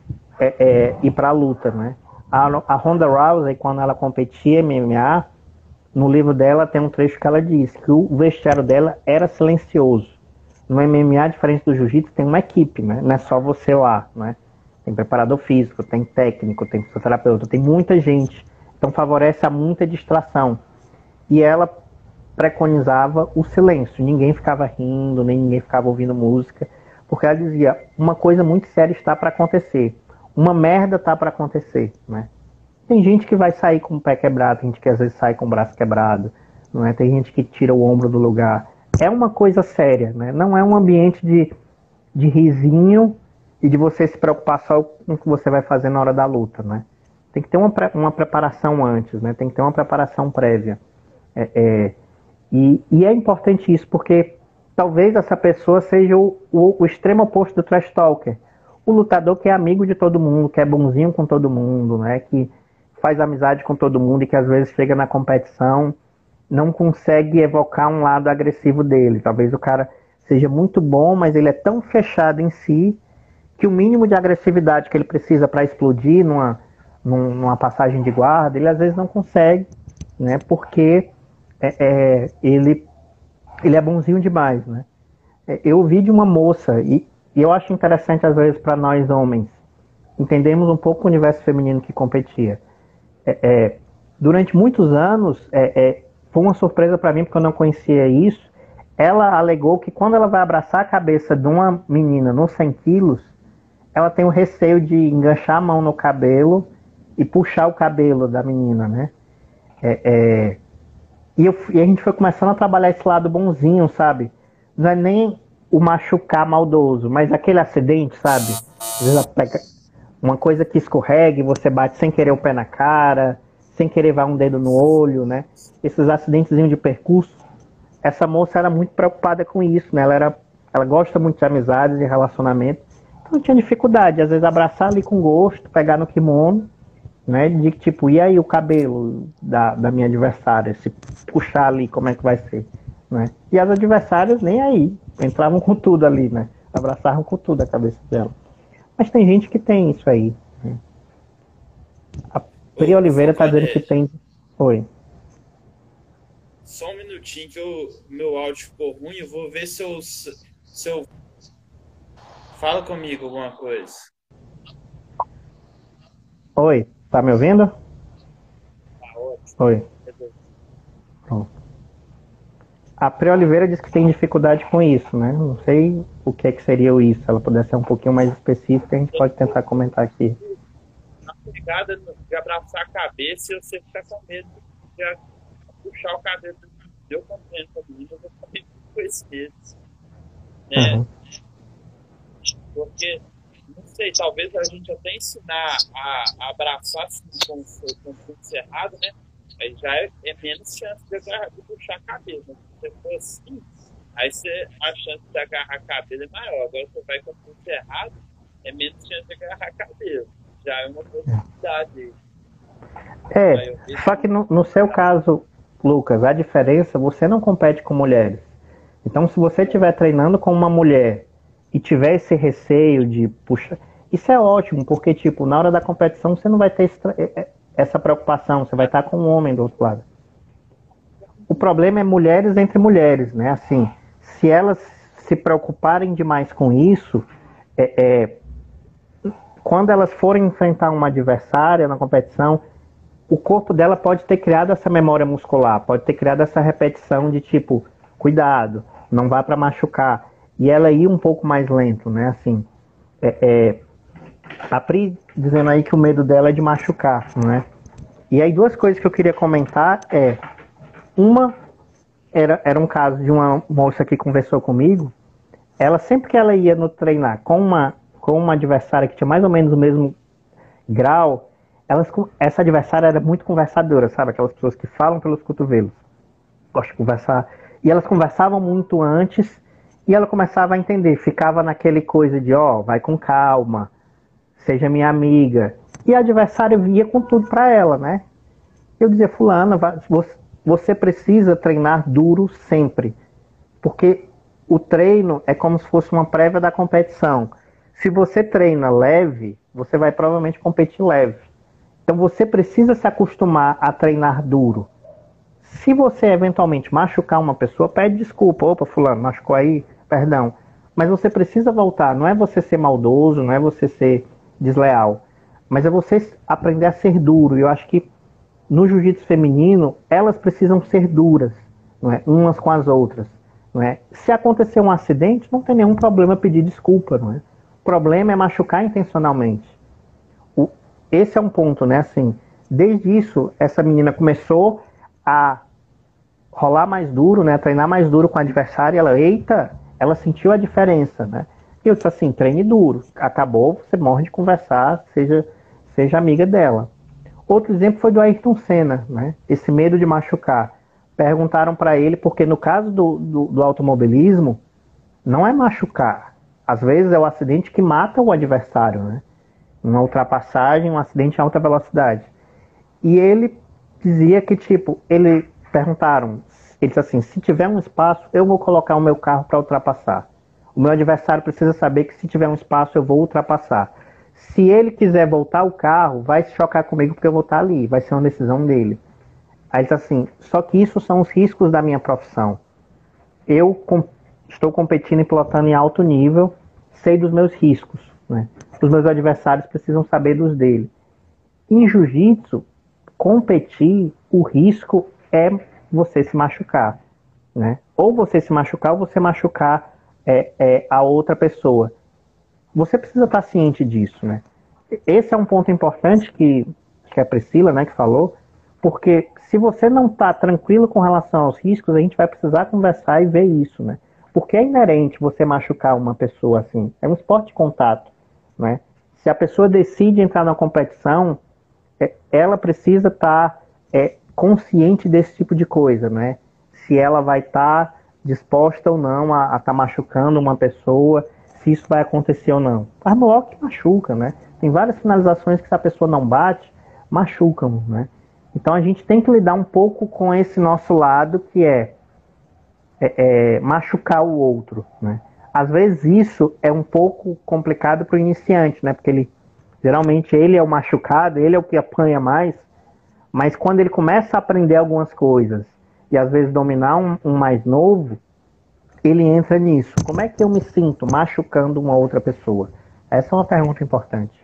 é, é, ir para a luta, né? A, a Ronda Rousey, quando ela competia em M M A, no livro dela tem um trecho que ela diz que o vestiário dela era silencioso. No M M A, diferente do jiu-jitsu, tem uma equipe, né? Não é só você lá, né? Tem preparador físico, tem técnico, tem fisioterapeuta, tem muita gente. Então favorece a muita distração. E ela preconizava o silêncio. Ninguém ficava rindo, nem ninguém ficava ouvindo música, porque ela dizia, uma coisa muito séria está para acontecer. Uma merda está para acontecer, né? Tem gente que vai sair com o pé quebrado, tem gente que às vezes sai com o braço quebrado, não é? Tem gente que tira o ombro do lugar. É uma coisa séria, né? Não é um ambiente de, de risinho e de você se preocupar só com o que você vai fazer na hora da luta, né? Tem que ter uma, uma preparação antes, né? Tem que ter uma preparação prévia. É, é, e, e é importante isso, porque talvez essa pessoa seja o, o, o extremo oposto do trash talker. O lutador que é amigo de todo mundo, que é bonzinho com todo mundo, né? Que faz amizade com todo mundo e que às vezes chega na competição, não consegue evocar um lado agressivo dele. Talvez o cara seja muito bom, mas ele é tão fechado em si que o mínimo de agressividade que ele precisa para explodir numa, numa passagem de guarda, ele às vezes não consegue, né? Porque é, é, ele, ele é bonzinho demais, né? Eu ouvi de uma moça, e, e eu acho interessante às vezes para nós homens, entendemos um pouco o universo feminino que competia. É, é, durante muitos anos, é, é, foi uma surpresa para mim, porque eu não conhecia isso. Ela alegou que quando ela vai abraçar a cabeça de uma menina nos cem quilos, ela tem o receio de enganchar a mão no cabelo e puxar o cabelo da menina, né? É, é, e, eu, e a gente foi começando a trabalhar esse lado bonzinho, sabe? Não é nem o machucar maldoso, mas aquele acidente, sabe? Às vezes ela pega uma coisa que escorrega e você bate sem querer o pé na cara, sem querer vai um dedo no olho, né? Esses acidentezinhos de percurso. Essa moça era muito preocupada com isso, né? Ela, era, ela gosta muito de amizades e relacionamento. Então tinha dificuldade, às vezes abraçar ali com gosto, pegar no kimono, né? De tipo, e aí o cabelo da, da minha adversária? Se puxar ali, como é que vai ser? Né? E as adversárias nem aí, entravam com tudo ali, né? Abraçavam com tudo a cabeça dela. Mas tem gente que tem isso aí. Né? A Pri Oliveira tá dizendo que tem. Oi. Só um minutinho que o meu áudio ficou ruim. Eu vou ver se eu, se eu. Fala comigo alguma coisa. Oi, tá me ouvindo? Tá ótimo. Oi. Pronto. A Pri Oliveira diz que tem dificuldade com isso, né? Não sei o que é que seria isso. Se ela pudesse ser um pouquinho mais específica, a gente pode tentar comentar aqui. Na pegada de abraçar a cabeça e você ficar com medo de puxar o cabelo. Eu compreendo com a menina, eu também fico com esse medo. Né? Uhum. Porque, não sei, talvez a gente até ensinar a, a abraçar assim, com o punho cerrado, né? Aí já é, é menos chance de, agarrar, de puxar a cabelo. Se você for assim, aí você, a chance de agarrar a cabelo é maior. Agora você vai com o punho cerrado, é menos chance de agarrar a cabelo. Já é uma possibilidade. É, só que no, no seu caso, Lucas, a diferença, você não compete com mulheres. Então, se você estiver treinando com uma mulher e tiver esse receio de puxar, isso é ótimo, porque, tipo, na hora da competição você não vai ter essa preocupação, você vai estar com um homem do outro lado. O problema é mulheres entre mulheres, né? Assim, se elas se preocuparem demais com isso, é, é, quando elas forem enfrentar uma adversária na competição, o corpo dela pode ter criado essa memória muscular, pode ter criado essa repetição de tipo, cuidado, não vá para machucar. E ela ir um pouco mais lento, né? Assim, é, é, a Pri dizendo aí que o medo dela é de machucar, né? E aí duas coisas que eu queria comentar é, uma era, era um caso de uma moça que conversou comigo, ela sempre que ela ia no treinar com uma, com uma adversária que tinha mais ou menos o mesmo grau, elas, essa adversária era muito conversadora, sabe? Aquelas pessoas que falam pelos cotovelos. Gosto de conversar. E elas conversavam muito antes e ela começava a entender. Ficava naquele coisa de, ó, oh, vai com calma, seja minha amiga. E a adversária via com tudo pra ela, né? Eu dizia, fulana, você precisa treinar duro sempre. Porque o treino é como se fosse uma prévia da competição. Se você treina leve, você vai provavelmente competir leve. Então você precisa se acostumar a treinar duro. Se você eventualmente machucar uma pessoa, pede desculpa. Opa, fulano, machucou aí? Perdão. Mas você precisa voltar. Não é você ser maldoso, não é você ser desleal. Mas é você aprender a ser duro. E eu acho que no jiu-jitsu feminino, elas precisam ser duras, não é? Umas com as outras. Não é? Se acontecer um acidente, não tem nenhum problema pedir desculpa. Não é? O problema é machucar intencionalmente. O, esse é um ponto, né? Assim, desde isso, essa menina começou a rolar mais duro, né? A treinar mais duro com a adversária. Ela, eita, ela sentiu a diferença, né? E eu disse assim, treine duro. Acabou, você morre de conversar, seja, seja amiga dela. Outro exemplo foi do Ayrton Senna, né? Esse medo de machucar. Perguntaram para ele, porque no caso do, do, do automobilismo, não é machucar. Às vezes é o acidente que mata o adversário, né? Uma ultrapassagem, um acidente em alta velocidade. E ele dizia que, tipo, ele perguntaram, ele disse assim, se tiver um espaço, eu vou colocar o meu carro para ultrapassar. O meu adversário precisa saber que se tiver um espaço, eu vou ultrapassar. Se ele quiser voltar o carro, vai se chocar comigo porque eu vou estar ali, vai ser uma decisão dele. Aí ele disse assim, só que isso são os riscos da minha profissão. Eu com, estou competindo e pilotando em alto nível, sei dos meus riscos, né? Os meus adversários precisam saber dos dele. Em jiu-jitsu, competir, o risco é você se machucar, né? Ou você se machucar ou você machucar é, é, a outra pessoa. Você precisa estar ciente disso, né? Esse é um ponto importante que, que a Priscila, né, que falou, porque se você não está tranquilo com relação aos riscos, a gente vai precisar conversar e ver isso, né? Porque é inerente você machucar uma pessoa assim. É um esporte de contato, né? Se a pessoa decide entrar na competição, é, ela precisa estar é, consciente desse tipo de coisa, né? Se ela vai estar disposta ou não a estar tá machucando uma pessoa, se isso vai acontecer ou não. Mas logo que machuca, né? Tem várias finalizações que se a pessoa não bate, machucam, né? Então a gente tem que lidar um pouco com esse nosso lado que é, é, é machucar o outro, né? Às vezes isso é um pouco complicado para o iniciante, né? Porque ele, geralmente ele é o machucado, ele é o que apanha mais, mas quando ele começa a aprender algumas coisas e às vezes dominar um, um mais novo, ele entra nisso. Como é que eu me sinto machucando uma outra pessoa? Essa é uma pergunta importante.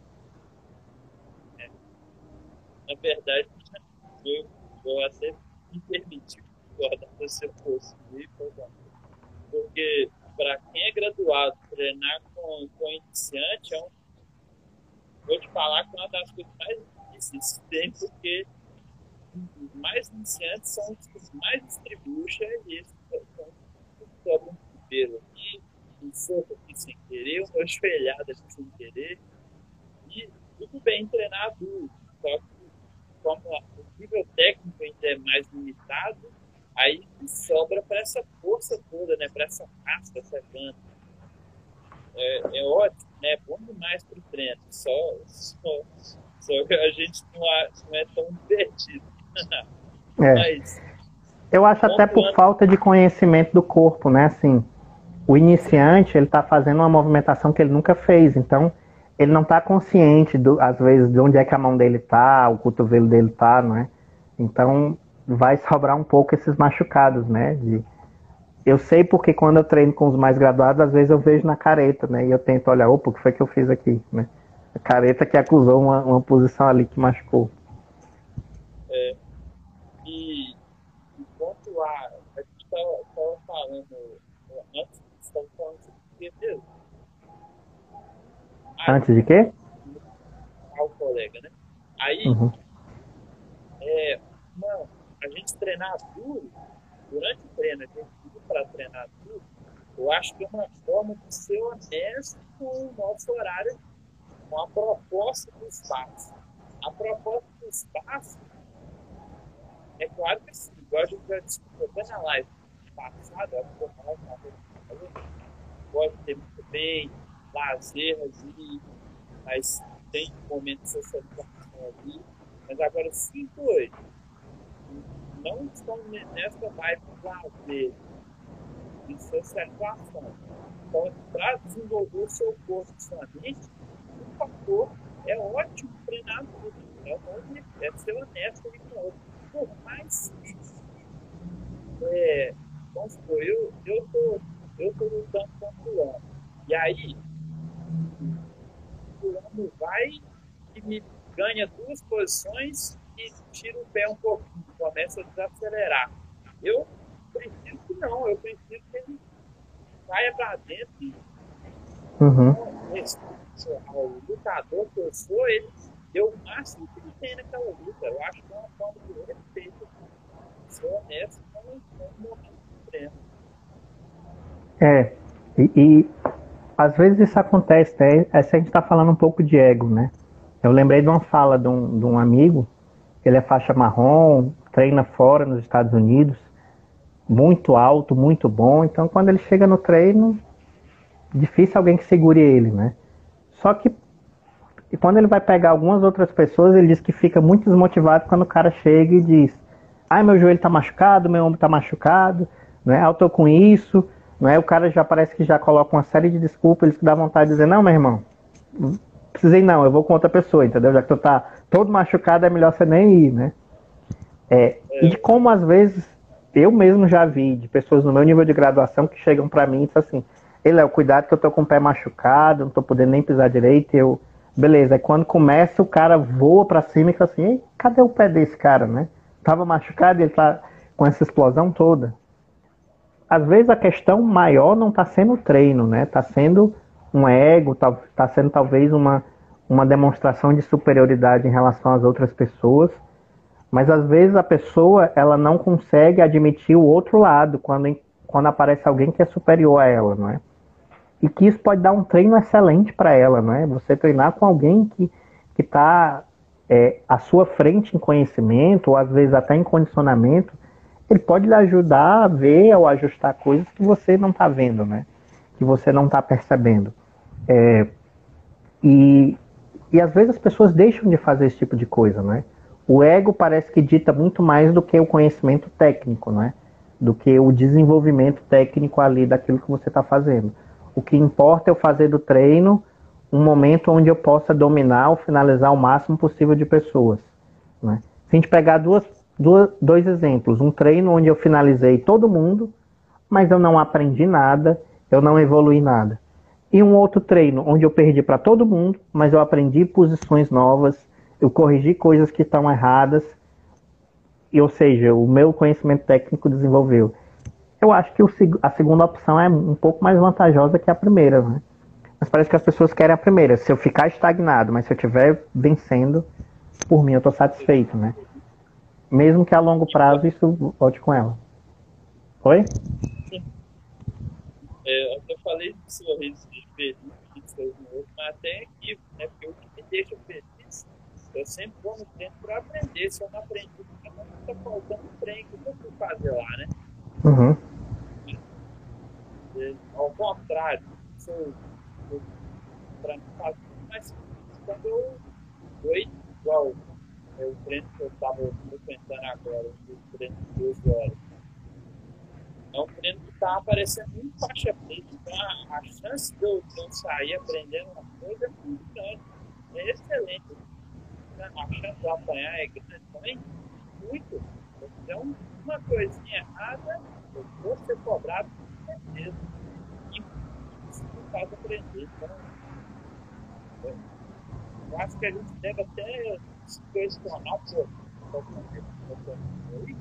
É, na verdade, eu vou até me permitir guardar o seu posto, porque para quem é graduado, treinar com, com iniciante é um, vou te falar que é uma das coisas mais difíceis que tem, porque os mais iniciantes são os que mais distribuem e esses são sobra um cabelo aqui, um soco aqui sem querer, uma joelhada aqui sem querer. E tudo bem treinar duro, só que como o nível técnico ainda é mais limitado, aí sobra para essa força toda, né? Para essa raça, essa gana. É, é ótimo, né? É bom demais para o treino, só, só, só que a gente não, não é tão divertido. É. Mas, eu acho até por falta de conhecimento do corpo, né? Assim, o iniciante, ele tá fazendo uma movimentação que ele nunca fez, então ele não tá consciente, do, às vezes, de onde é que a mão dele tá, o cotovelo dele tá, não é? Então, vai sobrar um pouco esses machucados, né? De, eu sei porque quando eu treino com os mais graduados, às vezes eu vejo na careta, né? E eu tento olhar, opa, o que foi que eu fiz aqui, né? A careta que acusou uma, uma posição ali que machucou. É, e, e quanto a. A gente estava falando antes, estava falando sobre o que mesmo? Antes de quê? Ao colega, né? Aí, Uhum. é, mano, a gente treinar duro, durante o treino, a gente ir para treinar duro, eu acho que é uma forma de ser honesto com o nosso horário, com a proposta do espaço. A proposta do espaço, é claro que sim, igual a gente já discutiu até na live passada, acho que eu falo uma coisa que eu falei, pode ter muito bem, lazer ali, mas tem momentos de socialização ali. Mas agora, se dois não estão nessa vibe de lazer, de socialização, então, para desenvolver o seu corpo e sua mente, por favor, é ótimo treinar tudo. É, onde, é ser honesto ali com o outro. Por mais que, é, vamos supor, eu, eu, tô, eu tô lutando com o fulano. E aí, o fulano vai e me ganha duas posições e tira o pé um pouquinho, começa a desacelerar. Eu prefiro que não, eu prefiro que ele saia para dentro e Uhum. o lutador que eu sou, ele deu o máximo que ele tem naquela luta. Eu acho que é uma forma de respeito. Ser honesto com o momento do treino. É, e, e às vezes isso acontece, né? Essa a gente está falando um pouco de ego, né? Eu lembrei de uma fala de um, de um amigo, ele é faixa marrom, treina fora nos Estados Unidos, muito alto, muito bom, então quando ele chega no treino, difícil alguém que segure ele, né? Só que e quando ele vai pegar algumas outras pessoas, ele diz que fica muito desmotivado quando o cara chega e diz: ai, meu joelho tá machucado, meu ombro tá machucado, né? Eu tô com isso, né? O cara já parece que já coloca uma série de desculpas, eles que dá vontade de dizer: não, meu irmão, precisei não, eu vou com outra pessoa, entendeu? Já que tu tá todo machucado, é melhor você nem ir, né? É, e de É, como às vezes eu mesmo já vi de pessoas no meu nível de graduação que chegam pra mim e dizem assim: ele é o cuidado que eu tô com o pé machucado, não tô podendo nem pisar direito, e eu beleza, aí quando começa o cara voa pra cima e fala assim: ei, cadê o pé desse cara, né? Tava machucado e ele tá com essa explosão toda. Às vezes a questão maior não está sendo o treino, né? Está sendo um ego, está sendo talvez uma, uma demonstração de superioridade em relação às outras pessoas, mas às vezes a pessoa ela não consegue admitir o outro lado quando, quando aparece alguém que é superior a ela, não é? E que isso pode dar um treino excelente para ela, não é? Você treinar com alguém que que está é, à sua frente em conhecimento, ou às vezes até em condicionamento, ele pode lhe ajudar a ver ou ajustar coisas que você não está vendo, né? Que você não está percebendo. É, e, e às vezes as pessoas deixam de fazer esse tipo de coisa, né? O ego parece que dita muito mais do que o conhecimento técnico, né? Do que o desenvolvimento técnico ali daquilo que você está fazendo. O que importa é eu fazer do treino um momento onde eu possa dominar ou finalizar o máximo possível de pessoas, né? Se a gente pegar duas, duas, dois exemplos, um treino onde eu finalizei todo mundo, mas eu não aprendi nada, eu não evolui nada. E um outro treino onde eu perdi para todo mundo, mas eu aprendi posições novas, eu corrigi coisas que estão erradas, e, ou seja, o meu conhecimento técnico desenvolveu. Eu acho que o, a segunda opção é um pouco mais vantajosa que a primeira, né? Mas parece que as pessoas querem a primeira. Se eu ficar estagnado, mas se eu estiver vencendo, por mim eu estou satisfeito, né? Mesmo que a longo prazo isso volte com ela. Oi? é, eu falei de sorriso de feliz, de sorriso no outro, mas até aqui, né? Porque o que me deixa feliz, eu sempre vou no treino para aprender. Se eu não aprendi, está faltando um treino que eu fui fazer lá, né? Uhum. É, ao contrário, se eu, eu para mim faz mais quando eu fui igual é, o treino que eu estava frequentando agora, o treino de doze horas. É um treino que está aparecendo muito faixa preta, então a, a chance de eu, de eu sair aprendendo uma coisa é muito grande, é excelente. A chance de eu apanhar é grande também, muito. Então, uma coisinha errada, eu vou ser cobrado com certeza. E isso me faz aprender. Então, é, Eu acho que a gente deve até se questionar por por aí,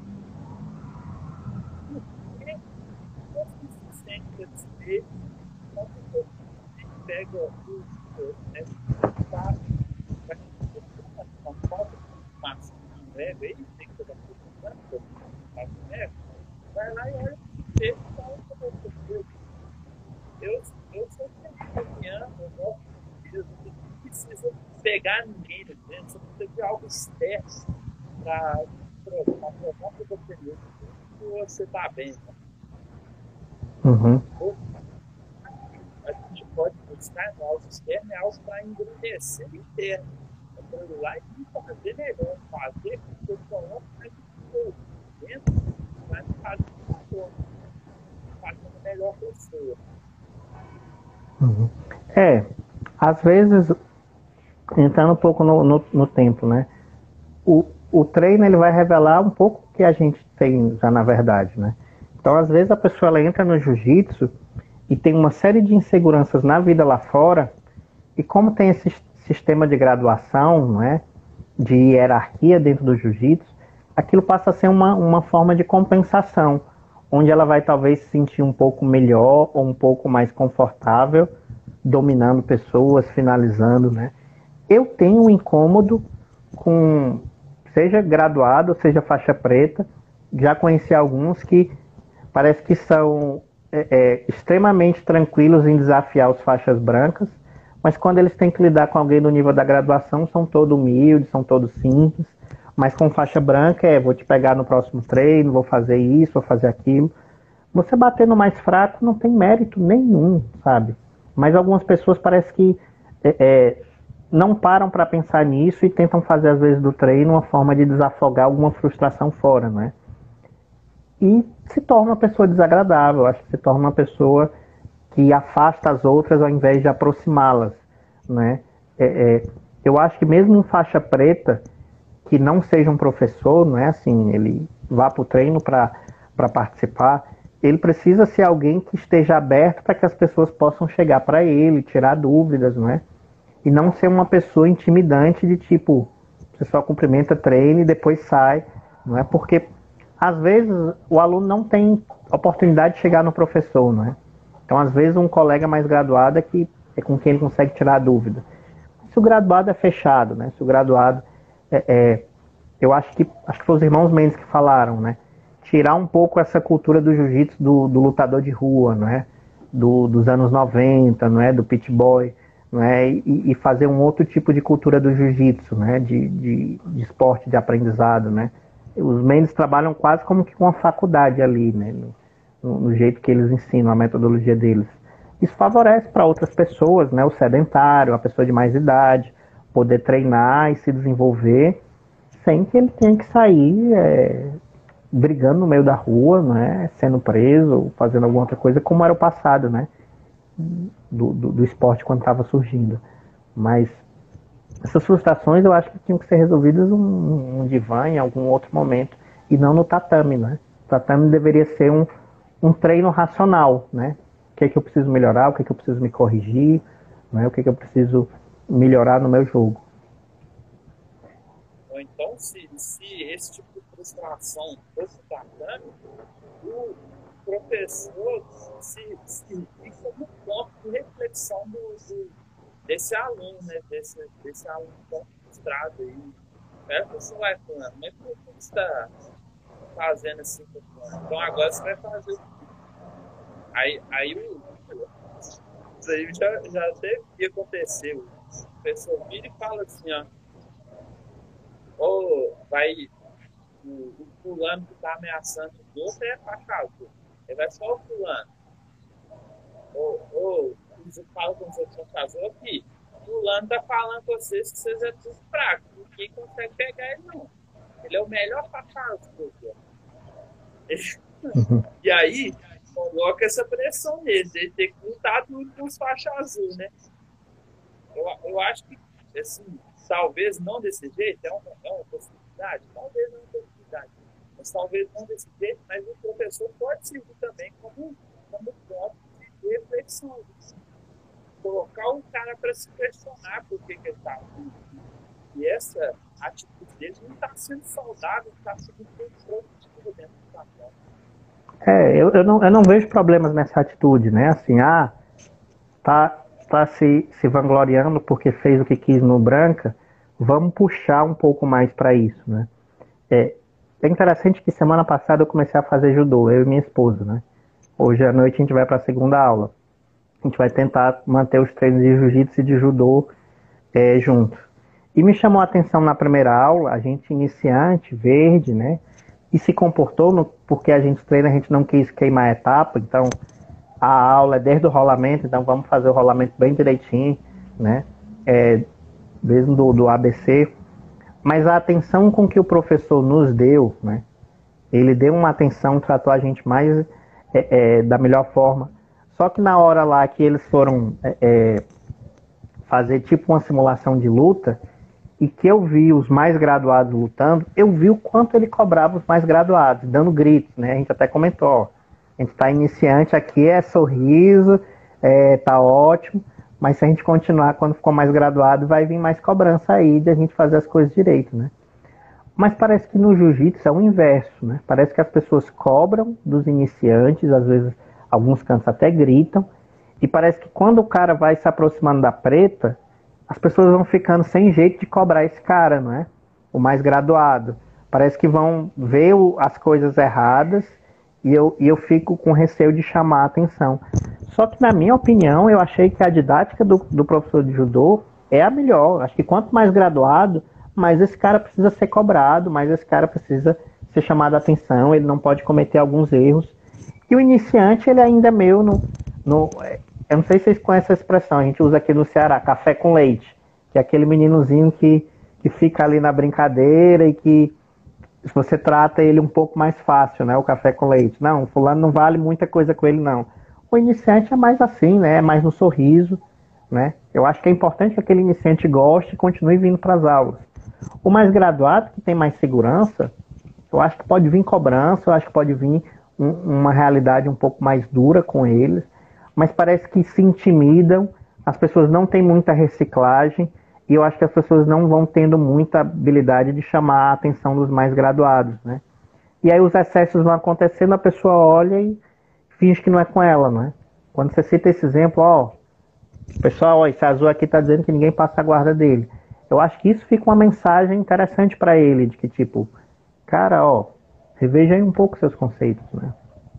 por que você se sente satisfeito quando você pega o né, tá, vai uma falta de informação leve aí, tem que estar preocupando, vai lá e olha para o texto e fala para você. Eu, eu sou feliz caminhando, eu gosto de Deus, você não precisa pegar ninguém de dentro, você precisa de algo externo para provar para você mesmo que você está bem. Né? Uhum. Ou a gente pode buscar no algo externo, é algo para engrandecer o interno. É para ir lá e fazer melhor, fazer com que eu coloque mais o dentro, mas fazer uma melhor pessoa. Uhum. É, às vezes, entrando um pouco no, no, no tempo, né? O, o treino ele vai revelar um pouco o que a gente tem já na verdade, né? Então, às vezes a pessoa ela entra no jiu-jitsu e tem uma série de inseguranças na vida lá fora, e como tem esse sistema de graduação, né, de hierarquia dentro do jiu-jitsu, aquilo passa a ser uma, uma forma de compensação, onde ela vai talvez se sentir um pouco melhor ou um pouco mais confortável, dominando pessoas, finalizando, né? Eu tenho um incômodo com, seja graduado, seja faixa preta, já conheci alguns que parece que são é, é, extremamente tranquilos em desafiar os faixas brancas, mas quando eles têm que lidar com alguém do nível da graduação, são todos humildes, são todos simples, mas com faixa branca é, vou te pegar no próximo treino, vou fazer isso, vou fazer aquilo. Você bater no mais fraco não tem mérito nenhum, sabe? Mas algumas pessoas parece que é, é, não param para pensar nisso e tentam fazer, às vezes, do treino uma forma de desafogar alguma frustração fora, né? E se torna uma pessoa desagradável, acho que se torna uma pessoa que afasta as outras ao invés de aproximá-las, né? É, é, eu acho que mesmo um faixa preta que não seja um professor, não é assim, ele vá para o treino para participar, ele precisa ser alguém que esteja aberto para que as pessoas possam chegar para ele, tirar dúvidas, não é? E não ser uma pessoa intimidante de tipo, você só cumprimenta, treina e depois sai, não é? Porque às vezes o aluno não tem oportunidade de chegar no professor, não é? Então às vezes um colega mais graduado é, que, é com quem ele consegue tirar a dúvida. Se o graduado é fechado, né? Se o graduado é, é eu acho que acho que foi os irmãos Mendes que falaram, né? Tirar um pouco essa cultura do jiu-jitsu do, do lutador de rua, não é? Do, dos anos noventa, não é? Do pit boy, não é? E, e fazer um outro tipo de cultura do jiu-jitsu, né? De, de, de esporte, de aprendizado, né? Os Mendes trabalham quase como que com uma faculdade ali, né? No, no jeito que eles ensinam, a metodologia deles. Isso favorece para outras pessoas, né? O sedentário, a pessoa de mais idade, poder treinar e se desenvolver sem que ele tenha que sair é, brigando no meio da rua, né, sendo preso, fazendo alguma outra coisa, como era o passado, né, do, do, do esporte quando estava surgindo. Mas essas frustrações eu acho que tinham que ser resolvidas num, num divã, em algum outro momento, e não no tatame, né. O tatame deveria ser um, um treino racional, né, o que é que eu preciso melhorar, o que é que eu preciso me corrigir, né, o que é que eu preciso melhorar no meu jogo. Ou então, se, se esse tipo de frustração fosse tratando, o professor se, se fica no ponto de reflexão do, do, desse aluno, né? Desse, desse aluno tão frustrado aí. É, você vai falando, mas por que você está fazendo assim com o plano? Então agora você vai fazer. Aí, aí o, isso aí já, já teve que acontecer. O professor vira e fala assim, ó, ou vai o, o fulano que está ameaçando os outros é fachado. Ele vai só o fulano. Ou, ou você fala com você que casou aqui. Fulano está falando com vocês que vocês é tudo fraco. Ninguém consegue pegar ele, não. Ele é o melhor fachado do jogo. Uhum. E aí, coloca essa pressão nele, de ele ter que lutar tudo com os faixas azul, né? Eu, eu acho que, assim, talvez não desse jeito, é uma, é uma possibilidade, talvez não é uma possibilidade, mas talvez não desse jeito, mas o professor pode servir também como, como ponto de reflexão. colocar o cara para se questionar por que, que ele está aqui. E essa atitude dele não está sendo saudável, está sendo produtiva dentro do papel. É, eu, eu, não, eu não vejo problemas nessa atitude, né? Assim, ah, tá, tá se, se vangloriando porque fez o que quis no Branca, vamos puxar um pouco mais para isso, né? É, é interessante que semana passada eu comecei a fazer judô, eu e minha esposa, né? Hoje à noite a gente vai para a segunda aula. A gente vai tentar manter os treinos de jiu-jitsu e de judô é, juntos. E me chamou a atenção na primeira aula, a gente iniciante, verde, né? E se comportou, no, porque a gente treina, a gente não quis queimar a etapa, então a aula é desde o rolamento, então vamos fazer o rolamento bem direitinho, né? É, mesmo do, do A B C. Mas a atenção com que o professor nos deu, né? Ele deu uma atenção, tratou a gente mais é, é, da melhor forma. Só que na hora lá que eles foram é, é, fazer tipo uma simulação de luta, e que eu vi os mais graduados lutando, eu vi o quanto ele cobrava os mais graduados, dando gritos, né? A gente até comentou, ó, a gente está iniciante aqui, é sorriso, é, tá ótimo, mas se a gente continuar, quando for mais graduado, vai vir mais cobrança aí de a gente fazer as coisas direito, né? Mas parece que no jiu-jitsu é o inverso, né? Parece que as pessoas cobram dos iniciantes, às vezes alguns cantos até gritam, e parece que quando o cara vai se aproximando da preta, as pessoas vão ficando sem jeito de cobrar esse cara, não é? O mais graduado. Parece que vão ver o, as coisas erradas e eu, e eu fico com receio de chamar a atenção. Só que, na minha opinião, eu achei que a didática do, do professor de judô é a melhor. Acho que quanto mais graduado, mais esse cara precisa ser cobrado, mais esse cara precisa ser chamado a atenção, ele não pode cometer alguns erros. E o iniciante, ele ainda é meio no... no eu não sei se vocês conhecem essa expressão, a gente usa aqui no Ceará, café com leite, que é aquele meninozinho que, que fica ali na brincadeira e que você trata ele um pouco mais fácil, né? O café com leite. Não, o fulano não vale muita coisa com ele, não. O iniciante é mais assim, né? É mais no sorriso, né? Eu acho que é importante que aquele iniciante goste e continue vindo para as aulas. O mais graduado, que tem mais segurança, eu acho que pode vir cobrança, eu acho que pode vir um, uma realidade um pouco mais dura com eles, mas parece que se intimidam, as pessoas não têm muita reciclagem, e eu acho que as pessoas não vão tendo muita habilidade de chamar a atenção dos mais graduados, né? E aí os excessos vão acontecendo, a pessoa olha e finge que não é com ela, né? Quando você cita esse exemplo, ó, pessoal, ó, esse azul aqui tá dizendo que ninguém passa a guarda dele. Eu acho que isso fica uma mensagem interessante para ele, de que tipo, cara, ó, reveja aí um pouco seus conceitos, né?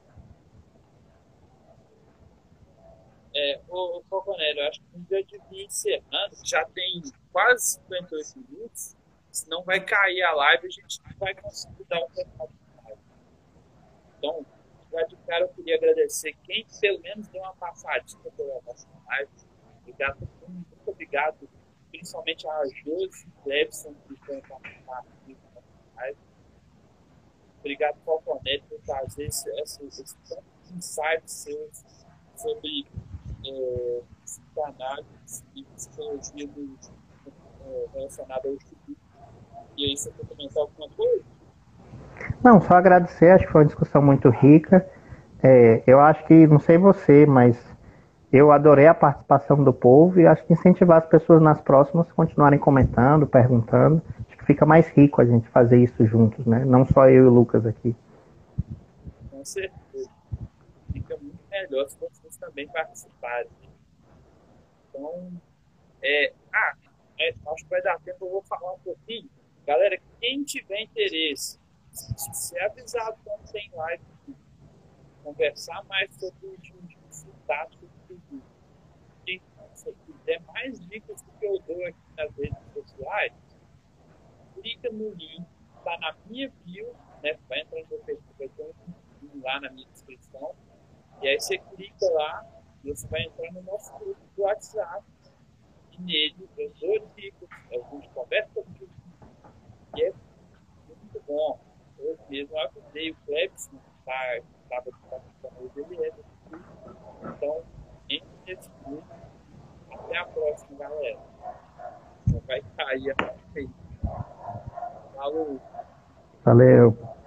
É, ô, ô Falconero, eu acho que a gente já devia ir encerrando, já tem quase cinquenta e oito minutos, senão vai cair a live e a gente não vai conseguir dar um recado de live. Então, já de cara eu queria agradecer quem pelo menos deu uma passadinha pela nossa live. Obrigado, muito obrigado, principalmente a Josi e Clebson, que estão participando aqui da nossa live. Obrigado, Falconero, por trazer esse, esse, esse tanto de insights seus sobre É, psicanálise e psicologia do, é, relacionada ao estudo. E aí, você quer comentar alguma coisa? Não, só agradecer, acho que foi uma discussão muito rica. É, eu acho que, não sei você, mas eu adorei a participação do povo e acho que incentivar as pessoas nas próximas a continuarem comentando, perguntando. Acho que fica mais rico a gente fazer isso juntos, né? Não só eu e o Lucas aqui. Com certeza. Fica muito melhor se vocês também participarem. Então, é, ah, é, acho que vai dar tempo, eu vou falar um pouquinho. Galera, quem tiver interesse, se é avisado quando tem live, conversar mais sobre o jiu-jitsu tático do jiu-jitsu. Quem se quiser mais dicas do que eu dou aqui nas redes sociais, clica no link, está na minha bio, né? Vai entrar no meu perfil, vai ter um link lá na minha descrição. E aí você clica lá e você vai entrar no nosso grupo do WhatsApp. E nele eu dou dicas, a gente conversa sobre o jiu-jitsu. E é muito bom. Eu mesmo avisei o Clebson, que estava participando hoje, ele é desse grupo. Então, entre nesse grupo. Até a próxima, galera. Vai cair a feita. Falou. Valeu.